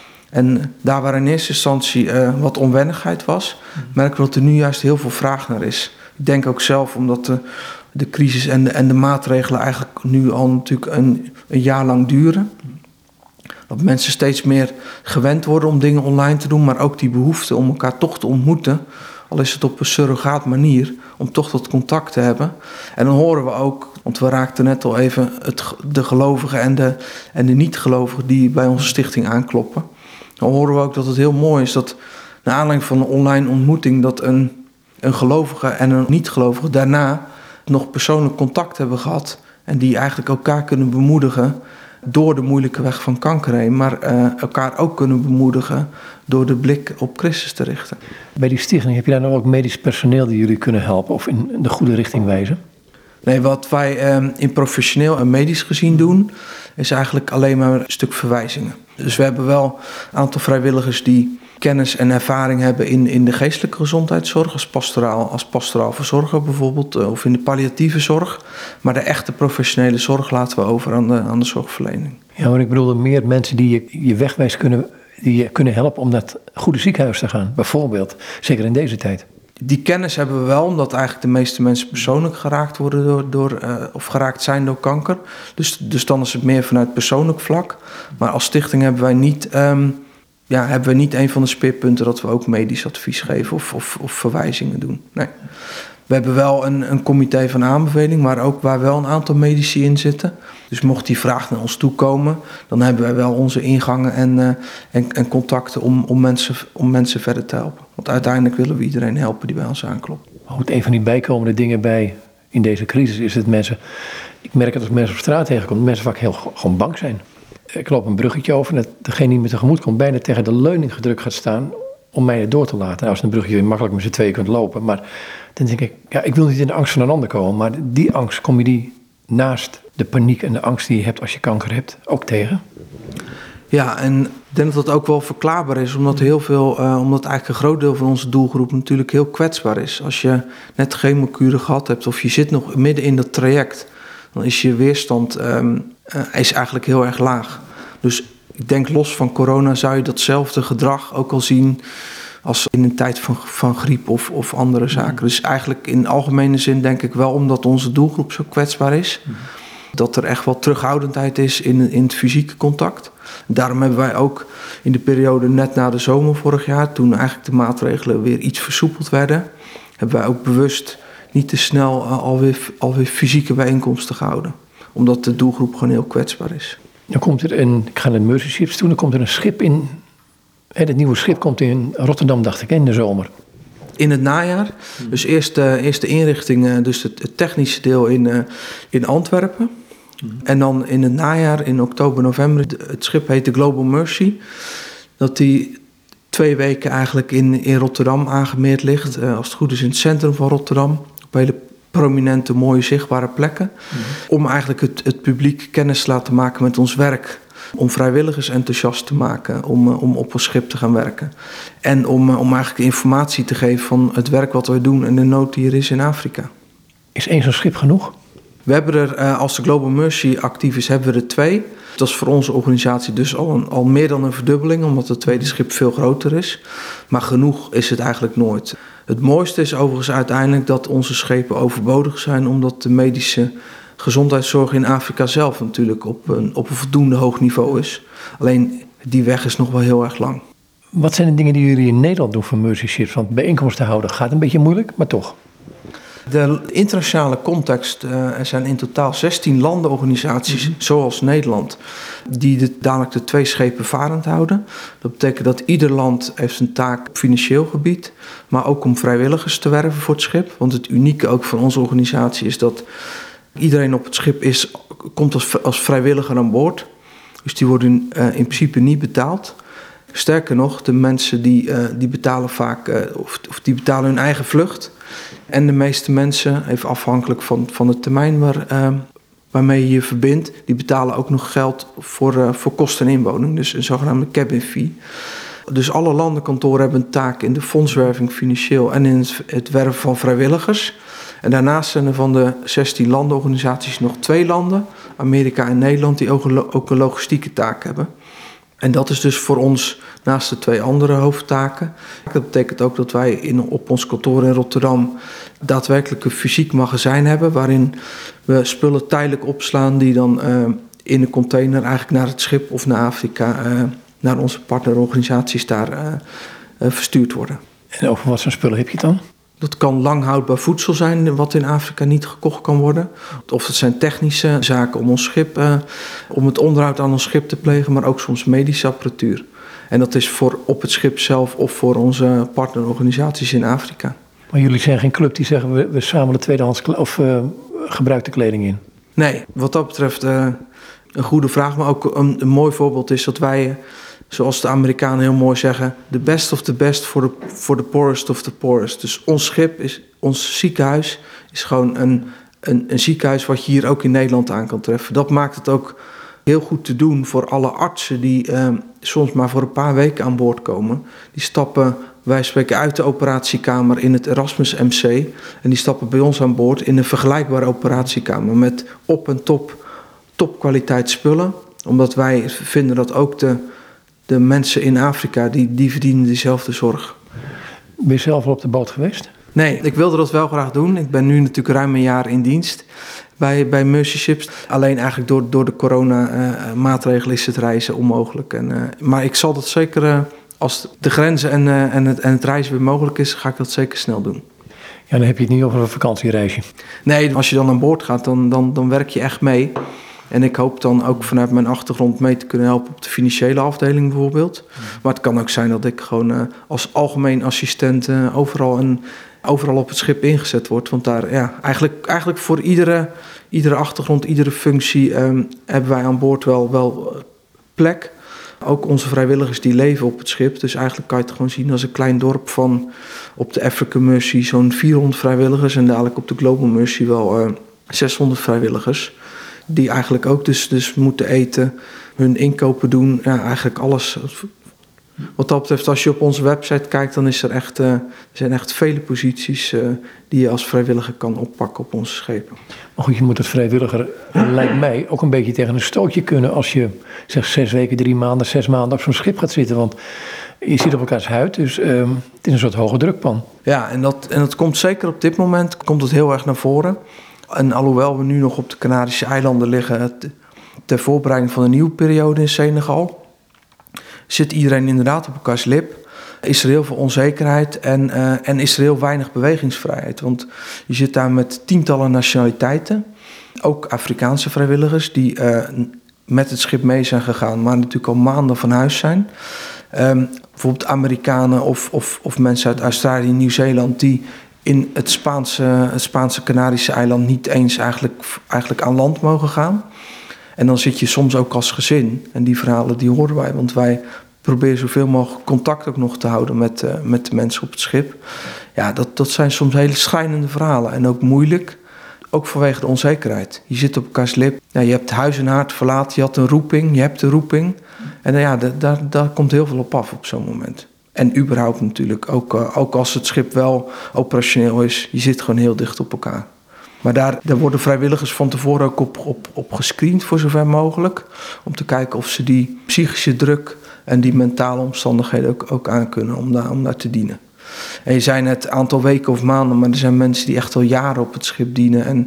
En daar waar in eerste instantie wat onwennigheid was, merken we dat er nu juist heel veel vraag naar is. Ik denk ook zelf omdat de crisis en de maatregelen eigenlijk nu al natuurlijk een jaar lang duren. Dat mensen steeds meer gewend worden om dingen online te doen, maar ook die behoefte om elkaar toch te ontmoeten, al is het op een surrogaat manier, om toch dat contact te hebben. En dan horen we ook, want we raakten net al even de gelovigen en de niet-gelovigen die bij onze stichting aankloppen. Dan horen we ook dat het heel mooi is dat naar aanleiding van een online ontmoeting dat een gelovige en een niet-gelovige daarna nog persoonlijk contact hebben gehad en die eigenlijk elkaar kunnen bemoedigen door de moeilijke weg van kanker heen, maar elkaar ook kunnen bemoedigen door de blik op Christus te richten. Bij die stichting, heb je daar nog ook medisch personeel die jullie kunnen helpen of in de goede richting wijzen? Nee, wat wij in professioneel en medisch gezien doen, is eigenlijk alleen maar een stuk verwijzingen. Dus we hebben wel een aantal vrijwilligers die kennis en ervaring hebben in de geestelijke gezondheidszorg, als pastoraal verzorger bijvoorbeeld, of in de palliatieve zorg. Maar de echte professionele zorg laten we over aan de zorgverlening. Ja, maar ik bedoel meer mensen die je wegwijs die je kunnen helpen om naar het goede ziekenhuis te gaan, bijvoorbeeld. Zeker in deze tijd. Die kennis hebben we wel, omdat eigenlijk de meeste mensen persoonlijk geraakt worden of geraakt zijn door kanker. Dus dan is het meer vanuit persoonlijk vlak. Maar als stichting hebben wij niet een van de speerpunten dat we ook medisch advies geven of verwijzingen doen. Nee. We hebben wel een comité van aanbeveling, maar ook waar wel een aantal medici in zitten. Dus mocht die vraag naar ons toe komen, dan hebben wij wel onze ingangen en contacten om mensen verder te helpen. Want uiteindelijk willen we iedereen helpen die bij ons aanklopt. Goed, een van die bijkomende dingen in deze crisis is dat mensen... Ik merk dat als mensen op straat tegenkomen, dat mensen vaak gewoon bang zijn. Ik loop een bruggetje over en dat degene die me tegemoet komt bijna tegen de leuning gedrukt gaat staan om mij door te laten. Nou, als een bruggetje weer makkelijk met z'n tweeën kunt lopen. Maar dan denk ik, ja, ik wil niet in de angst van een ander komen. Maar die angst, kom je die naast de paniek en de angst die je hebt als je kanker hebt, ook tegen? Ja, en ik denk dat dat ook wel verklaarbaar is, omdat omdat eigenlijk een groot deel van onze doelgroep natuurlijk heel kwetsbaar is. Als je net chemokuren gehad hebt of je zit nog midden in dat traject, dan is je weerstand is eigenlijk heel erg laag. Dus ik denk los van corona zou je datzelfde gedrag ook al zien als in een tijd van griep of andere zaken. Dus eigenlijk in algemene zin denk ik wel, omdat onze doelgroep zo kwetsbaar is, dat er echt wel terughoudendheid is in het fysieke contact. Daarom hebben wij ook in de periode net na de zomer vorig jaar, toen eigenlijk de maatregelen weer iets versoepeld werden, hebben wij ook bewust niet te snel alweer fysieke bijeenkomsten gehouden. Omdat de doelgroep gewoon heel kwetsbaar is. Dan komt er ik ga naar de Mercy Ships toe, dan komt er een schip in. Het nieuwe schip komt in Rotterdam, dacht ik, in de zomer. In het najaar. Dus eerst de inrichting, dus het technische deel in Antwerpen. En dan in het najaar, in oktober, november, het schip heet de Global Mercy. Dat die 2 weken eigenlijk in Rotterdam aangemeerd ligt. Als het goed is in het centrum van Rotterdam. Op hele prominente, mooie, zichtbare plekken. Om eigenlijk het publiek kennis te laten maken met ons werk. Om vrijwilligers enthousiast te maken om op een schip te gaan werken. En om eigenlijk informatie te geven van het werk wat wij doen en de nood die er is in Afrika. Is 1 zo'n schip genoeg? We hebben er, als de Global Mercy actief is, hebben we er 2. Dat is voor onze organisatie dus al meer dan een verdubbeling, omdat het tweede schip veel groter is. Maar genoeg is het eigenlijk nooit. Het mooiste is overigens uiteindelijk dat onze schepen overbodig zijn, omdat de medische gezondheidszorg in Afrika zelf natuurlijk op een voldoende hoog niveau is. Alleen die weg is nog wel heel erg lang. Wat zijn de dingen die jullie in Nederland doen voor Mercy Ships? Want bijeenkomsten houden gaat een beetje moeilijk, maar toch. De internationale context, er zijn in totaal 16 landenorganisaties, zoals Nederland, die dadelijk de 2 schepen varend houden. Dat betekent dat ieder land heeft een taak op financieel gebied, maar ook om vrijwilligers te werven voor het schip. Want het unieke ook van onze organisatie is dat iedereen op het schip komt als vrijwilliger aan boord. Dus die worden in principe niet betaald. Sterker nog, de mensen die betalen vaak, of die betalen hun eigen vlucht. En de meeste mensen, even afhankelijk van de termijn waarmee je je verbindt, die betalen ook nog geld voor kosten en inwoning. Dus een zogenaamde cabin fee. Dus alle landenkantoren hebben een taak in de fondswerving financieel en in het werven van vrijwilligers. En daarnaast zijn er van de 16 landenorganisaties nog 2 landen, Amerika en Nederland, die ook een logistieke taak hebben. En dat is dus voor ons naast de 2 andere hoofdtaken. Dat betekent ook dat wij op ons kantoor in Rotterdam daadwerkelijk een fysiek magazijn hebben, waarin we spullen tijdelijk opslaan die dan in een container eigenlijk naar het schip of naar Afrika, naar onze partnerorganisaties daar verstuurd worden. En over wat voor spullen heb je het dan? Dat kan lang houdbaar voedsel zijn wat in Afrika niet gekocht kan worden. Of het zijn technische zaken om ons schip, om het onderhoud aan ons schip te plegen, maar ook soms medische apparatuur. En dat is voor op het schip zelf of voor onze partnerorganisaties in Afrika. Maar jullie zijn geen club die zeggen we zamelen tweedehands of gebruikte kleding in? Nee, wat dat betreft een goede vraag. Maar ook een mooi voorbeeld is dat wij, zoals de Amerikanen heel mooi zeggen, the best of the best for the poorest of the poorest. Dus ons schip, ons ziekenhuis, is gewoon een ziekenhuis wat je hier ook in Nederland aan kan treffen. Dat maakt het ook heel goed te doen voor alle artsen die soms maar voor een paar weken aan boord komen. Die stappen, wij spreken uit de operatiekamer in het Erasmus MC. En die stappen bij ons aan boord in een vergelijkbare operatiekamer met op- en topkwaliteit spullen. Omdat wij vinden dat ook de mensen in Afrika, die verdienen diezelfde zorg. Ben je zelf al op de boot geweest? Nee, ik wilde dat wel graag doen. Ik ben nu natuurlijk ruim een jaar in dienst bij Mercy Ships. Alleen eigenlijk door de corona-maatregelen is het reizen onmogelijk. Maar ik zal dat zeker, als de grenzen en het reizen weer mogelijk is, ga ik dat zeker snel doen. Ja, dan heb je het niet over een vakantiereisje. Nee, als je dan aan boord gaat, dan werk je echt mee. En ik hoop dan ook vanuit mijn achtergrond mee te kunnen helpen op de financiële afdeling bijvoorbeeld. Maar het kan ook zijn dat ik gewoon als algemeen assistent overal op het schip ingezet word. Want daar, ja, eigenlijk voor iedere achtergrond, iedere functie hebben wij aan boord wel plek. Ook onze vrijwilligers die leven op het schip. Dus eigenlijk kan je het gewoon zien als een klein dorp van op de African Mercy zo'n 400 vrijwilligers. En dadelijk op de Global Mercy wel 600 vrijwilligers. Die eigenlijk ook dus moeten eten, hun inkopen doen. Ja, eigenlijk alles. Wat dat betreft, als je op onze website kijkt, dan is er zijn echt vele posities die je als vrijwilliger kan oppakken op onze schepen. Maar goed, je moet als vrijwilliger, lijkt mij, ook een beetje tegen een stootje kunnen als je zeg 6 weken, 3 maanden, 6 maanden op zo'n schip gaat zitten. Want je zit op elkaars huid, dus het is een soort hoge drukpan. Ja, en dat komt zeker op dit moment komt het heel erg naar voren. En alhoewel we nu nog op de Canarische eilanden liggen ter voorbereiding van een nieuwe periode in Senegal, zit iedereen inderdaad op elkaars lip. Is er heel veel onzekerheid en is er heel weinig bewegingsvrijheid. Want je zit daar met tientallen nationaliteiten. Ook Afrikaanse vrijwilligers die met het schip mee zijn gegaan, maar natuurlijk al maanden van huis zijn. Bijvoorbeeld Amerikanen of mensen uit Australië en Nieuw-Zeeland die in het Spaanse Canarische eiland niet eens eigenlijk aan land mogen gaan. En dan zit je soms ook als gezin. En die verhalen die horen wij, want wij proberen zoveel mogelijk contact ook nog te houden met de mensen op het schip. Ja, dat zijn soms hele schrijnende verhalen en ook moeilijk. Ook vanwege de onzekerheid. Je zit op elkaars lip. Ja, je hebt huis en haard verlaten, je had een roeping, je hebt de roeping. En ja, daar komt heel veel op af op zo'n moment. En überhaupt natuurlijk, ook als het schip wel operationeel is, je zit gewoon heel dicht op elkaar. Maar daar worden vrijwilligers van tevoren ook op gescreend voor zover mogelijk. Om te kijken of ze die psychische druk en die mentale omstandigheden ook aan kunnen om daar te dienen. En je zei net aantal weken of maanden, maar er zijn mensen die echt al jaren op het schip dienen. En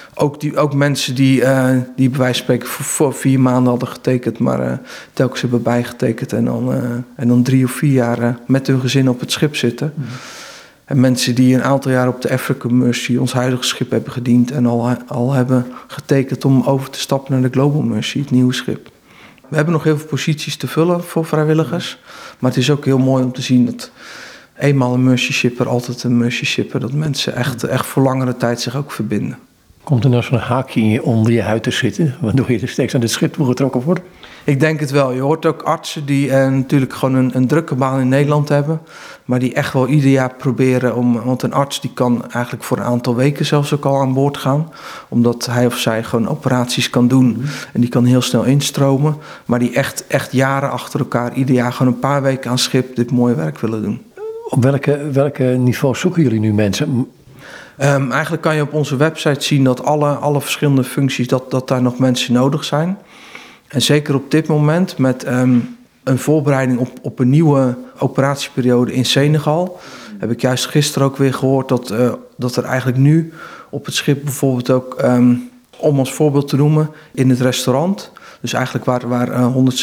ook mensen die bij wijze van spreken voor 4 maanden hadden getekend, maar telkens hebben bijgetekend en dan 3 of 4 jaar met hun gezin op het schip zitten. Mm. En mensen die een aantal jaar op de African Mercy, ons huidige schip, hebben gediend en al hebben getekend om over te stappen naar de Global Mercy, het nieuwe schip. We hebben nog heel veel posities te vullen voor vrijwilligers, maar het is ook heel mooi om te zien dat eenmaal een Mercy shipper, altijd een Mercy shipper, dat mensen echt voor langere tijd zich ook verbinden. Komt er nou zo'n haakje onder je huid te zitten, waardoor je er steeds aan het schip toegetrokken wordt? Ik denk het wel. Je hoort ook artsen die natuurlijk gewoon een drukke baan in Nederland hebben, maar die echt wel ieder jaar proberen want een arts die kan eigenlijk voor een aantal weken zelfs ook al aan boord gaan, omdat hij of zij gewoon operaties kan doen en die kan heel snel instromen, maar die echt jaren achter elkaar, ieder jaar gewoon een paar weken aan schip dit mooie werk willen doen. Op welke niveau zoeken jullie nu mensen? Eigenlijk kan je op onze website zien dat alle verschillende functies, dat daar nog mensen nodig zijn. En zeker op dit moment met een voorbereiding op een nieuwe operatieperiode in Senegal, heb ik juist gisteren ook weer gehoord dat er eigenlijk nu op het schip bijvoorbeeld ook, om als voorbeeld te noemen, in het restaurant, dus eigenlijk waar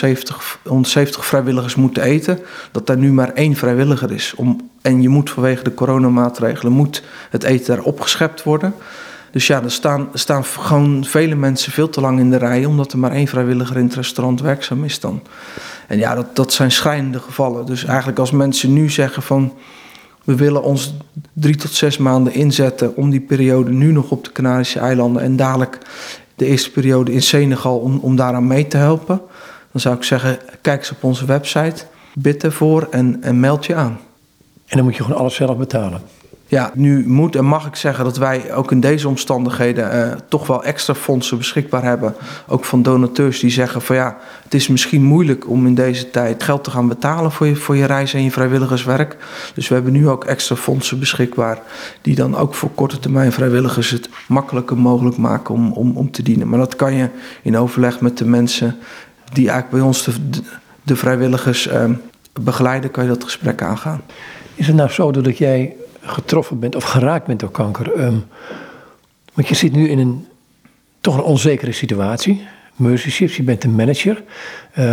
170 vrijwilligers moeten eten, dat daar nu maar 1 vrijwilliger is. En je moet vanwege de coronamaatregelen het eten daar opgeschept worden. Dus ja, er staan gewoon vele mensen veel te lang in de rij, omdat er maar 1 vrijwilliger in het restaurant werkzaam is dan. En ja, dat zijn schrijnende gevallen. Dus eigenlijk als mensen nu zeggen van, we willen ons 3 tot 6 maanden inzetten om die periode nu nog op de Canarische eilanden en dadelijk de eerste periode in Senegal om daaraan mee te helpen, dan zou ik zeggen, kijk eens op onze website, bid ervoor en meld je aan. En dan moet je gewoon alles zelf betalen. Ja, nu moet en mag ik zeggen dat wij ook in deze omstandigheden toch wel extra fondsen beschikbaar hebben. Ook van donateurs die zeggen van ja, het is misschien moeilijk om in deze tijd geld te gaan betalen voor je reis en je vrijwilligerswerk. Dus we hebben nu ook extra fondsen beschikbaar die dan ook voor korte termijn vrijwilligers het makkelijker mogelijk maken om te dienen. Maar dat kan je in overleg met de mensen die eigenlijk bij ons de vrijwilligers begeleiden, kan je dat gesprek aangaan. Is het nou zo dat jij getroffen bent of geraakt bent door kanker? Want je zit nu in toch een onzekere situatie. Mercy Ships, je bent een manager.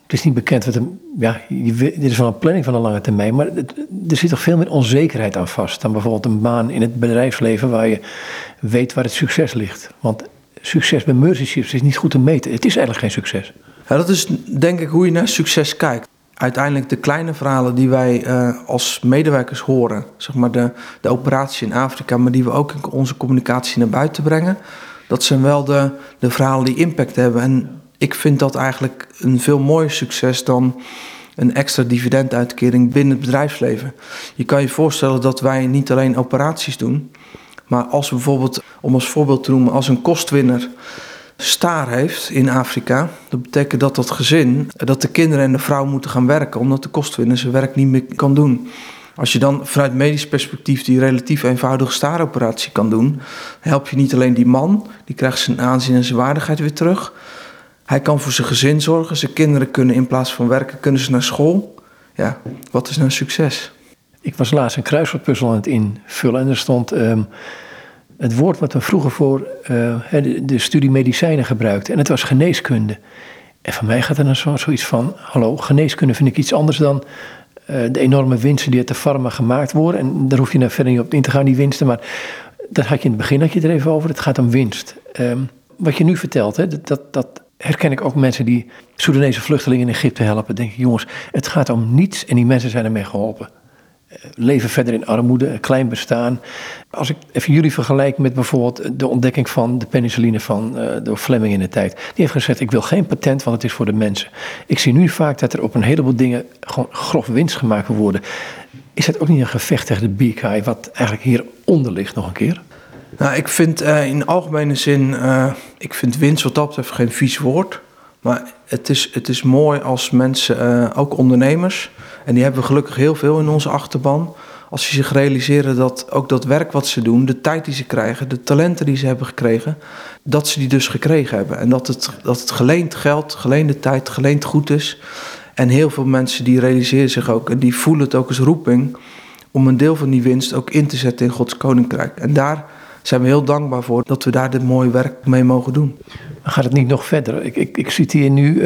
Het is niet bekend wat dit is wel een planning van een lange termijn, maar er zit toch veel meer onzekerheid aan vast dan bijvoorbeeld een baan in het bedrijfsleven waar je weet waar het succes ligt. Want succes bij Mercy Ships is niet goed te meten. Het is eigenlijk geen succes. Ja, dat is denk ik hoe je naar succes kijkt. Uiteindelijk de kleine verhalen die wij als medewerkers horen, zeg maar de operatie in Afrika, maar die we ook in onze communicatie naar buiten brengen, dat zijn wel de verhalen die impact hebben. En ik vind dat eigenlijk een veel mooier succes dan een extra dividenduitkering binnen het bedrijfsleven. Je kan je voorstellen dat wij niet alleen operaties doen, maar als bijvoorbeeld, om als voorbeeld te noemen, als een kostwinner staar heeft in Afrika, dat betekent dat gezin, dat de kinderen en de vrouw moeten gaan werken, omdat de kostwinner zijn werk niet meer kan doen. Als je dan vanuit medisch perspectief die relatief eenvoudige staaroperatie kan doen, help je niet alleen die man, die krijgt zijn aanzien en zijn waardigheid weer terug. Hij kan voor zijn gezin zorgen, zijn kinderen kunnen in plaats van werken, kunnen ze naar school. Ja, wat is nou succes? Ik was laatst een kruiswoordpuzzel aan het invullen en er stond het woord wat we vroeger voor de studie medicijnen gebruikten. En het was geneeskunde. En voor mij gaat er dan zoiets van, hallo, geneeskunde vind ik iets anders dan de enorme winsten die uit de farma gemaakt worden. En daar hoef je nou verder niet op in te gaan, die winsten. Maar dat had je in het begin er even over. Het gaat om winst. Wat je nu vertelt, dat herken ik ook mensen die Soedanese vluchtelingen in Egypte helpen. Denk ik, jongens, het gaat om niets en die mensen zijn ermee geholpen. Leven verder in armoede, een klein bestaan. Als ik even jullie vergelijk met bijvoorbeeld de ontdekking van de penicilline door Fleming in de tijd. Die heeft gezegd, ik wil geen patent, want het is voor de mensen. Ik zie nu vaak dat er op een heleboel dingen gewoon grof winst gemaakt worden. Is dat ook niet een gevecht tegen de big guy, wat eigenlijk hieronder ligt nog een keer? Nou, ik vind in algemene zin, ik vind winst wat dat betreft geen vies woord. Maar het is mooi als mensen, ook ondernemers, en die hebben we gelukkig heel veel in onze achterban, als ze zich realiseren dat ook dat werk wat ze doen, de tijd die ze krijgen, de talenten die ze hebben gekregen, dat ze die dus gekregen hebben. En dat het geleend geld, geleende tijd, geleend goed is. En heel veel mensen die realiseren zich ook, en die voelen het ook als roeping, om een deel van die winst ook in te zetten in Gods Koninkrijk. En daar zijn we heel dankbaar voor dat we daar dit mooie werk mee mogen doen. Maar gaat het niet nog verder? Ik citeer nu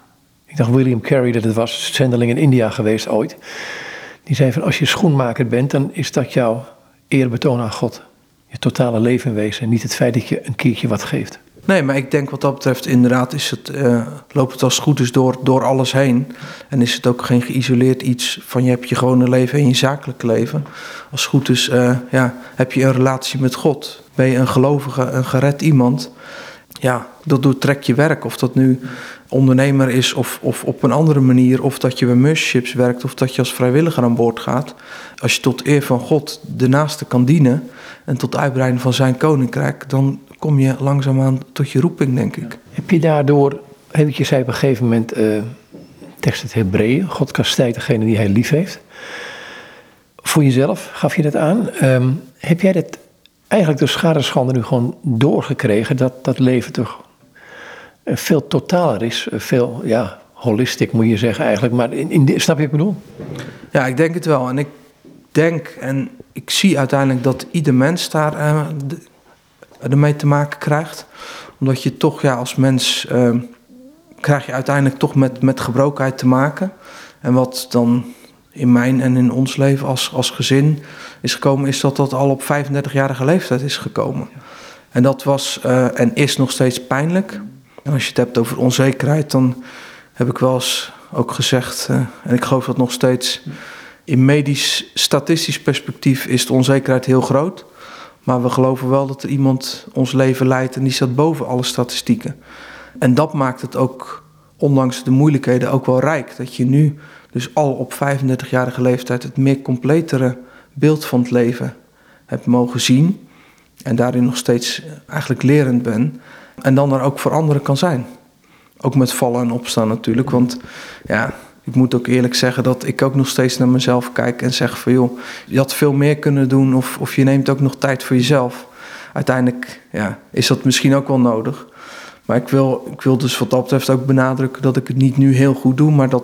ik dacht William Carey dat het was, zendeling in India geweest ooit. Die zei van, als je schoenmaker bent, dan is dat jouw eerbetoon aan God. Je totale leven in wezen, niet het feit dat je een keertje wat geeft. Nee, maar ik denk wat dat betreft inderdaad loopt het als het goed is door alles heen. En is het ook geen geïsoleerd iets van je hebt je gewone leven en je zakelijke leven. Als het goed is heb je een relatie met God. Ben je een gelovige, een gered iemand. Ja, dat doortrekt je werk. Of dat nu ondernemer is of op een andere manier. Of dat je bij Mercy Ships werkt of dat je als vrijwilliger aan boord gaat. Als je tot eer van God de naaste kan dienen en tot uitbreiding van zijn koninkrijk, dan kom je langzaamaan tot je roeping, denk ik. Heb je daardoor, je zei op een gegeven moment, tekst het Hebreeën, God kastijdt degene die hij lief heeft. Voor jezelf gaf je dat aan. Heb jij dat eigenlijk door schade en schande nu gewoon doorgekregen, dat leven toch veel totaler is, veel holistisch moet je zeggen eigenlijk, maar snap je wat ik bedoel? Ja, ik denk het wel. En ik denk en ik zie uiteindelijk dat ieder mens daar ermee te maken krijgt. Omdat je toch als mens krijg je uiteindelijk toch met gebrokenheid te maken. En wat dan in mijn en in ons leven als gezin is gekomen, is dat al op 35-jarige leeftijd is gekomen. En dat was en is nog steeds pijnlijk. En als je het hebt over onzekerheid, dan heb ik wel eens ook gezegd, en ik geloof dat nog steeds, in medisch statistisch perspectief is de onzekerheid heel groot. Maar we geloven wel dat er iemand ons leven leidt en die staat boven alle statistieken. En dat maakt het ook, ondanks de moeilijkheden, ook wel rijk. Dat je nu dus al op 35-jarige leeftijd het meer completere beeld van het leven hebt mogen zien. En daarin nog steeds eigenlijk lerend ben. En dan er ook voor anderen kan zijn. Ook met vallen en opstaan natuurlijk. Want ik moet ook eerlijk zeggen dat ik ook nog steeds naar mezelf kijk en zeg van joh, je had veel meer kunnen doen of je neemt ook nog tijd voor jezelf. Uiteindelijk is dat misschien ook wel nodig. Maar ik wil dus wat dat betreft ook benadrukken dat ik het niet nu heel goed doe, maar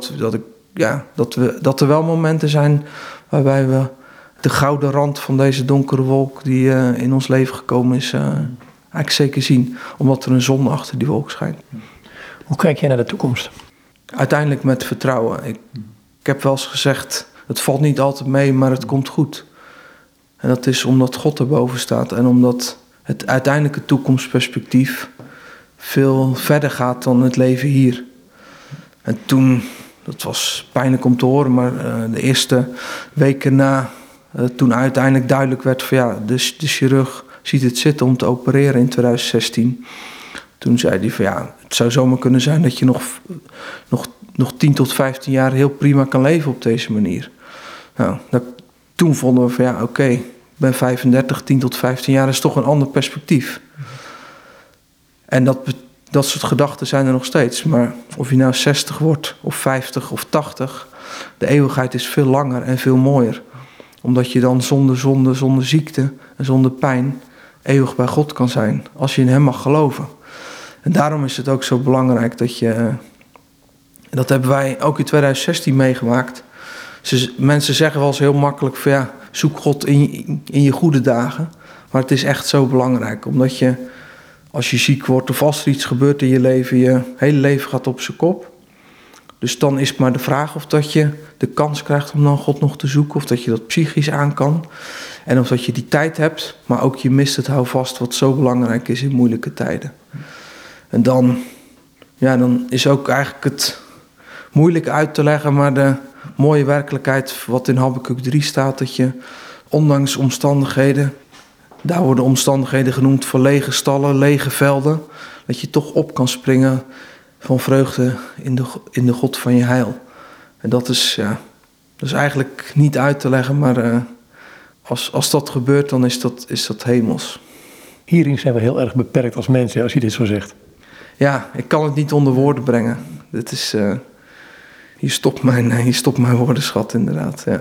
dat er wel momenten zijn waarbij we de gouden rand van deze donkere wolk die in ons leven gekomen is, eigenlijk zeker zien. Omdat er een zon achter die wolk schijnt. Hoe kijk jij naar de toekomst? Uiteindelijk met vertrouwen. Ik heb wel eens gezegd, het valt niet altijd mee, maar het komt goed. En dat is omdat God erboven staat en omdat het uiteindelijke toekomstperspectief veel verder gaat dan het leven hier. En toen, dat was pijnlijk om te horen, maar de eerste weken na, toen uiteindelijk duidelijk werd van ja, de chirurg ziet het zitten om te opereren in 2016. Toen zei hij van ja, het zou zomaar kunnen zijn dat je nog 10 tot 15 jaar heel prima kan leven op deze manier. Nou, toen vonden we van ja, oké, ik ben 35, 10 tot 15 jaar is toch een ander perspectief. En dat soort gedachten zijn er nog steeds. Maar of je nou 60 wordt, of 50 of 80, de eeuwigheid is veel langer en veel mooier. Omdat je dan zonder zonde, zonder ziekte en zonder pijn eeuwig bij God kan zijn. Als je in hem mag geloven. En daarom is het ook zo belangrijk dat je... Dat hebben wij ook in 2016 meegemaakt. Mensen zeggen wel eens heel makkelijk van ja, zoek God in je goede dagen. Maar het is echt zo belangrijk. Omdat je, als je ziek wordt of als er iets gebeurt in je leven, je hele leven gaat op zijn kop. Dus dan is het maar de vraag of dat je de kans krijgt om dan God nog te zoeken. Of dat je dat psychisch aan kan. En of dat je die tijd hebt. Maar ook je mist het houvast wat zo belangrijk is in moeilijke tijden. En dan is ook eigenlijk het moeilijk uit te leggen, maar de mooie werkelijkheid wat in Habakuk 3 staat, dat je ondanks omstandigheden, daar worden omstandigheden genoemd voor lege stallen, lege velden, dat je toch op kan springen van vreugde in de God van je heil. En dat is eigenlijk niet uit te leggen, maar als dat gebeurt, dan is dat hemels. Hierin zijn we heel erg beperkt als mensen, als je dit zo zegt. Ja, ik kan het niet onder woorden brengen. Dit is... Hier stopt mijn woordenschat inderdaad, ja.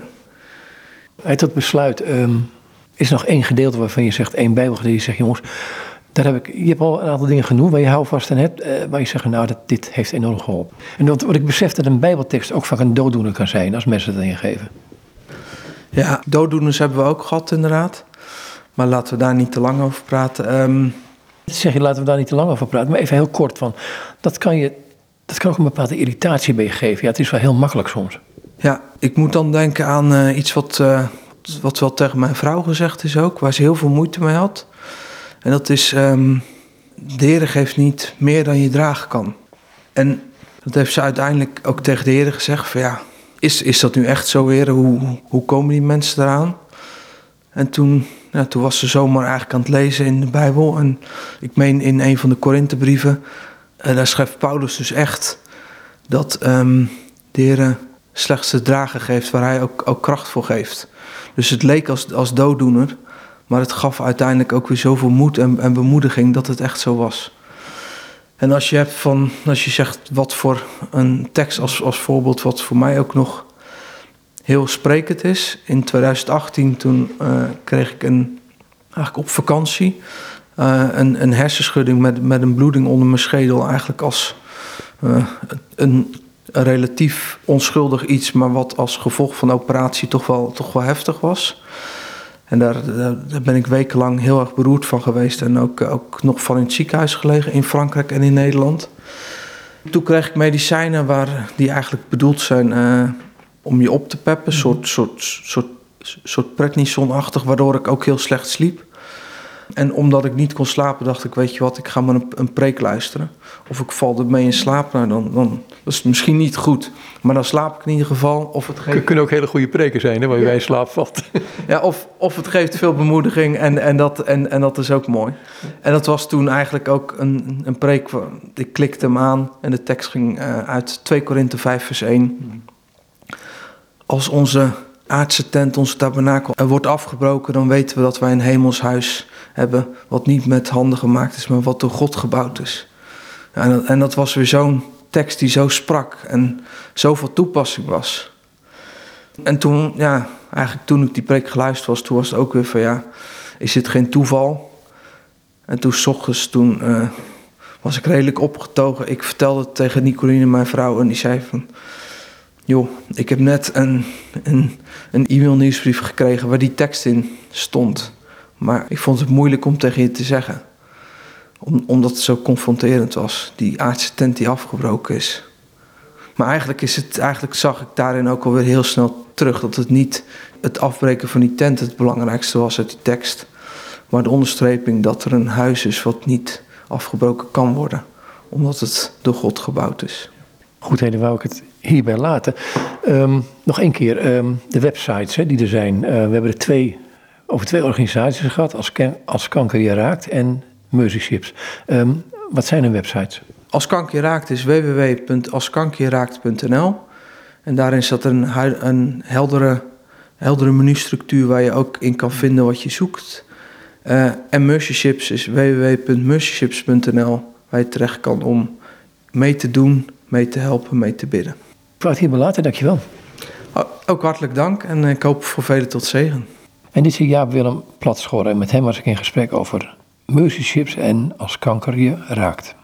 Uit dat besluit is nog één gedeelte waarvan je zegt, één bijbelgedeelte, je zegt jongens, je hebt al een aantal dingen genoemd waar je houvast aan hebt, waar je zegt, nou, dit heeft enorm geholpen. En wat ik besef dat een bijbeltekst ook vaak een dooddoener kan zijn, als mensen het aan je geven. Ja, dooddoeners hebben we ook gehad inderdaad, maar laten we daar niet te lang over praten. Zeg je, laten we daar niet te lang over praten, maar even heel kort van, dat kan ook een bepaalde irritatie bij je geven. Ja, het is wel heel makkelijk soms. Ja, ik moet dan denken aan iets wat wel tegen mijn vrouw gezegd is ook, waar ze heel veel moeite mee had. En dat is, de Heer geeft niet meer dan je dragen kan. En dat heeft ze uiteindelijk ook tegen de Heer gezegd, van ja, is dat nu echt zo, Heer? Hoe komen die mensen eraan? En toen was ze zomaar eigenlijk aan het lezen in de Bijbel. En ik meen in een van de Korinthebrieven, daar schrijft Paulus dus echt dat de Heer slechts te dragen geeft waar hij ook kracht voor geeft. Dus het leek als dooddoener, maar het gaf uiteindelijk ook weer zoveel moed en bemoediging dat het echt zo was. En als je zegt wat voor een tekst als voorbeeld, wat voor mij ook nog heel sprekend is. In 2018 toen kreeg ik eigenlijk op vakantie een hersenschudding met een bloeding onder mijn schedel. Eigenlijk als een relatief onschuldig iets, maar wat als gevolg van de operatie toch wel heftig was. En daar ben ik wekenlang heel erg beroerd van geweest. En ook nog van in het ziekenhuis gelegen in Frankrijk en in Nederland. Toen kreeg ik medicijnen die eigenlijk bedoeld zijn om je op te peppen. Soort prednison-achtig, waardoor ik ook heel slecht sliep. En omdat ik niet kon slapen, dacht ik, weet je wat, ik ga maar een preek luisteren. Of ik val ermee in slaap, nou dan dat is misschien niet goed. Maar dan slaap ik in ieder geval. Of het geeft... Kunnen ook hele goede preken zijn, hè, waar je bij in slaap valt. Ja, of het geeft veel bemoediging en dat is ook mooi. En dat was toen eigenlijk ook een preek, ik klikte hem aan en de tekst ging uit 2 Korinthe 5 vers 1. Als onze aardse tent, onze tabernakel, wordt afgebroken, dan weten we dat wij een hemels huis hebben wat niet met handen gemaakt is, maar wat door God gebouwd is. En dat was weer zo'n tekst die zo sprak en zoveel toepassing was. En toen, eigenlijk toen ik die preek geluisterd was, toen was het ook weer van is dit geen toeval? En toen 's ochtends, was ik redelijk opgetogen. Ik vertelde het tegen Nicoline, mijn vrouw, en die zei van, joh, ik heb net een e-mail nieuwsbrief gekregen waar die tekst in stond. Maar ik vond het moeilijk om tegen je te zeggen. Omdat het zo confronterend was. Die aardse tent die afgebroken is. Maar eigenlijk zag ik daarin ook alweer heel snel terug dat het niet het afbreken van die tent het belangrijkste was uit die tekst. Maar de onderstreping dat er een huis is wat niet afgebroken kan worden. Omdat het door God gebouwd is. Goed, dan wou ik het hierbij laten. Nog één keer, de websites die er zijn. We hebben er over twee organisaties gehad, Als Kanker Je Raakt en Mercy Ships. Wat zijn hun websites? Als Kanker Je Raakt is www.askankerjeraakt.nl. En daarin staat een heldere menustructuur waar je ook in kan vinden wat je zoekt. En Mercy Ships is www.mercyships.nl, waar je terecht kan om mee te doen, mee te helpen, mee te bidden. Ik wou het hierbij laten, dankjewel. Ook hartelijk dank en ik hoop voor velen tot zegen. En dit is Jaap-Willem Platschorre en met hem was ik in gesprek over Mercy Ships en Als Kanker Je Raakt.